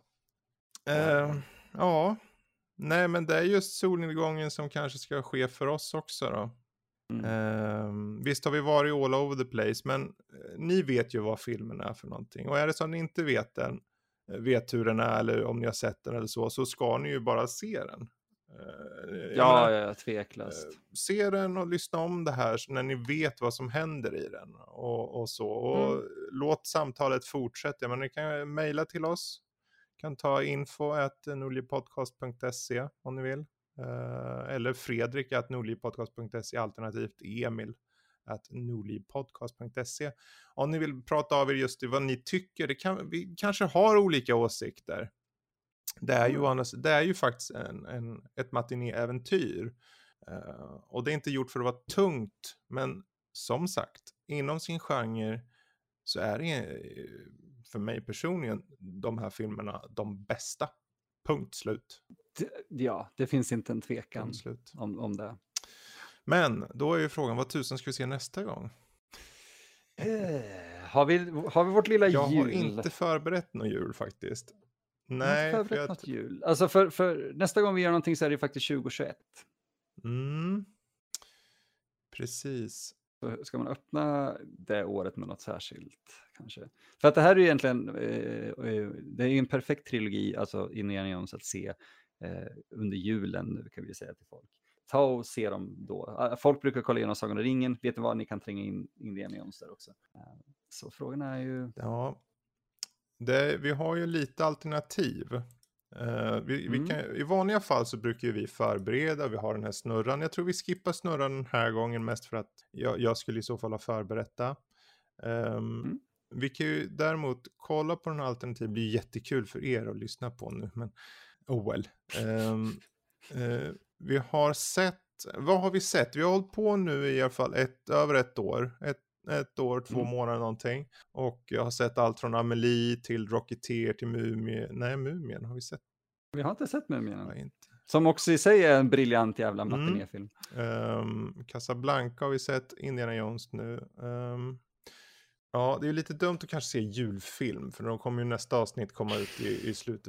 Ja, nej men det är just solnedgången som kanske ska ske för oss också då. Visst har vi varit all over the place, men ni vet ju vad filmen är för någonting. Och är det så att ni inte vet hur den är, eller om ni har sett den eller så ska ni ju bara se den. Ja, tveklöst. Se den och lyssna om det här när ni vet vad som händer i den och så. Och låt samtalet fortsätta. Men ni kan mejla till oss. Kan ta info@nordlypodcast.se om ni vill. Eller Fredrik@nordlypodcast.se, alternativt Emil@nordlypodcast.se. Om ni vill prata av er just vad ni tycker. Vi kanske har olika åsikter. Det är ju faktiskt ett matinéäventyr. Och det är inte gjort för att vara tungt. Men som sagt, inom sin genre så är det för mig personligen de här filmerna de bästa. Punkt slut. Det finns inte en tvekan om det. Men då är ju frågan, vad tusen ska vi se nästa gång? Har vi vårt lilla jul? Jag har inte förberett någon jul faktiskt. Nej, jag har inte förberett något jul. Alltså för nästa gång vi gör någonting så är det faktiskt 2021. Precis. Så ska man öppna det året med något särskilt kanske. För att det här är ju egentligen, det är ju en perfekt trilogi, alltså Indiana Jones att se under julen, kan vi säga till folk. Ta och se dem då. Folk brukar kolla igenom Sagan om ringen. Vet ni vad, ni kan tränga in Indiana Jones där också. Så frågan är ju... Ja, vi har ju lite alternativ. Vi kan, i vanliga fall så brukar vi förbereda, vi har den här snurran. Jag tror vi skippar snurran den här gången mest för att jag skulle i så fall ha förberätta. Vi kan ju däremot kolla på den här alternativen. Det blir jättekul för er att lyssna på nu, men vi har sett, vad har vi sett? Vi har hållit på nu i alla fall över ett år. Ett år, 2 månader någonting. Och jag har sett allt från Amelie till Rocketeer till Mumien. Nej, Mumien har vi sett. Vi har inte sett Mumien. Nej, inte. Som också i sig är en briljant jävla matinéfilm. Casablanca har vi sett. Indiana Jones nu. Ja, det är lite dumt att kanske se julfilm. För då kommer ju nästa avsnitt komma ut i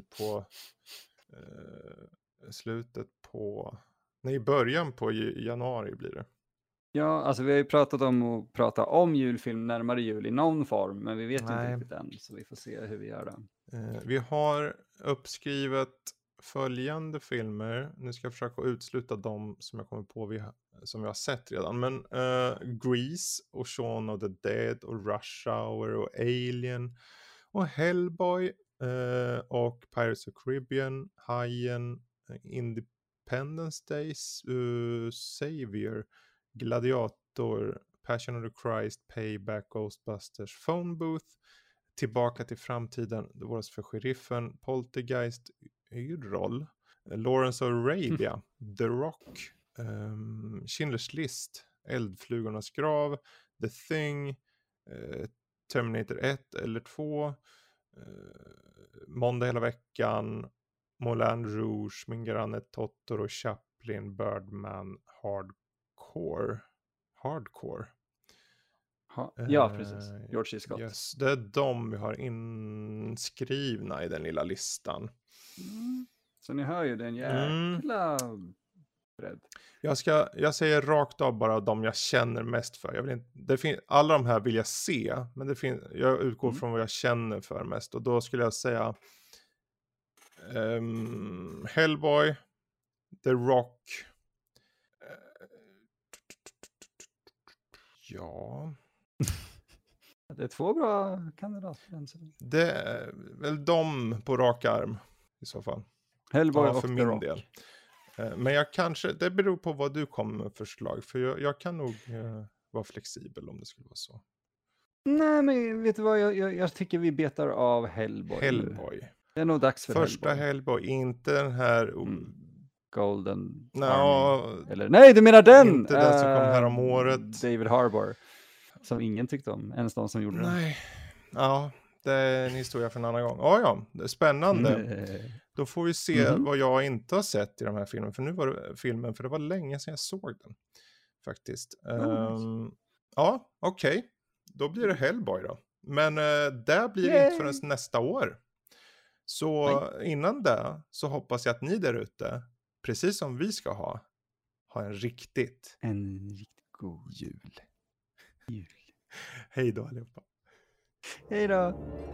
i början på januari blir det. Ja, alltså vi har ju pratat om att prata om julfilm närmare jul i någon form, men vi vet inte riktigt än, så vi får se hur vi gör det. Vi har uppskrivet följande filmer. Nu ska jag försöka utsluta dem som jag kommer på som vi har sett redan. Men Grease och Shaun of the Dead och Rush Hour och Alien och Hellboy och Pirates of Caribbean, Hajen, Independence Day, Savior, Gladiator, Passion of the Christ, Payback, Ghostbusters, Phone Booth, Tillbaka till framtiden, Det våras för sheriffen, Poltergeist, Yrrol, Lawrence of Arabia, The Rock, Schindler's List, Eldflugornas grav, The Thing, Terminator 1 eller 2. Måndag hela veckan. Moulin Rouge, Min granne Totoro, Chaplin, Birdman, Hardcore. Ja, precis. George C. Scott. Yes, det är de vi har inskrivna i den lilla listan. Så ni hör ju, det är en jäkla bredd. Jag säger rakt av bara de jag känner mest för. Jag vill inte, alla de här vill jag se, men jag utgår från vad jag känner för mest. Och då skulle jag säga Hellboy, The Rock. Ja. Det är 2 bra kandidater. Det är väl de på rak arm i så fall. Hellboy och för The min Rock. del. Men det beror på vad du kommer med förslag. För jag kan nog vara flexibel om det skulle vara så. Nej, men vet du vad? Jag tycker vi betar av Hellboy. Hellboy. Nu. Det är nog dags för Första Hellboy, inte den här... Golden No, Army. Eller, nej, du menar den! Inte den som kom här om året. David Harbour. Som ingen tyckte om. Ens de som gjorde den. Nej. Ja, det är en historia för en annan gång. Ja, det är spännande. Då får vi se vad jag inte har sett i de här filmerna. För nu var det filmen, för det var länge sedan jag såg den. Faktiskt. Nice. Ja, okej. Då blir det Hellboy då. Men där blir det inte förrän nästa år. Så innan det så hoppas jag att ni där ute, precis som vi ska ha en riktigt god jul. Hej då allihopa. Hej då.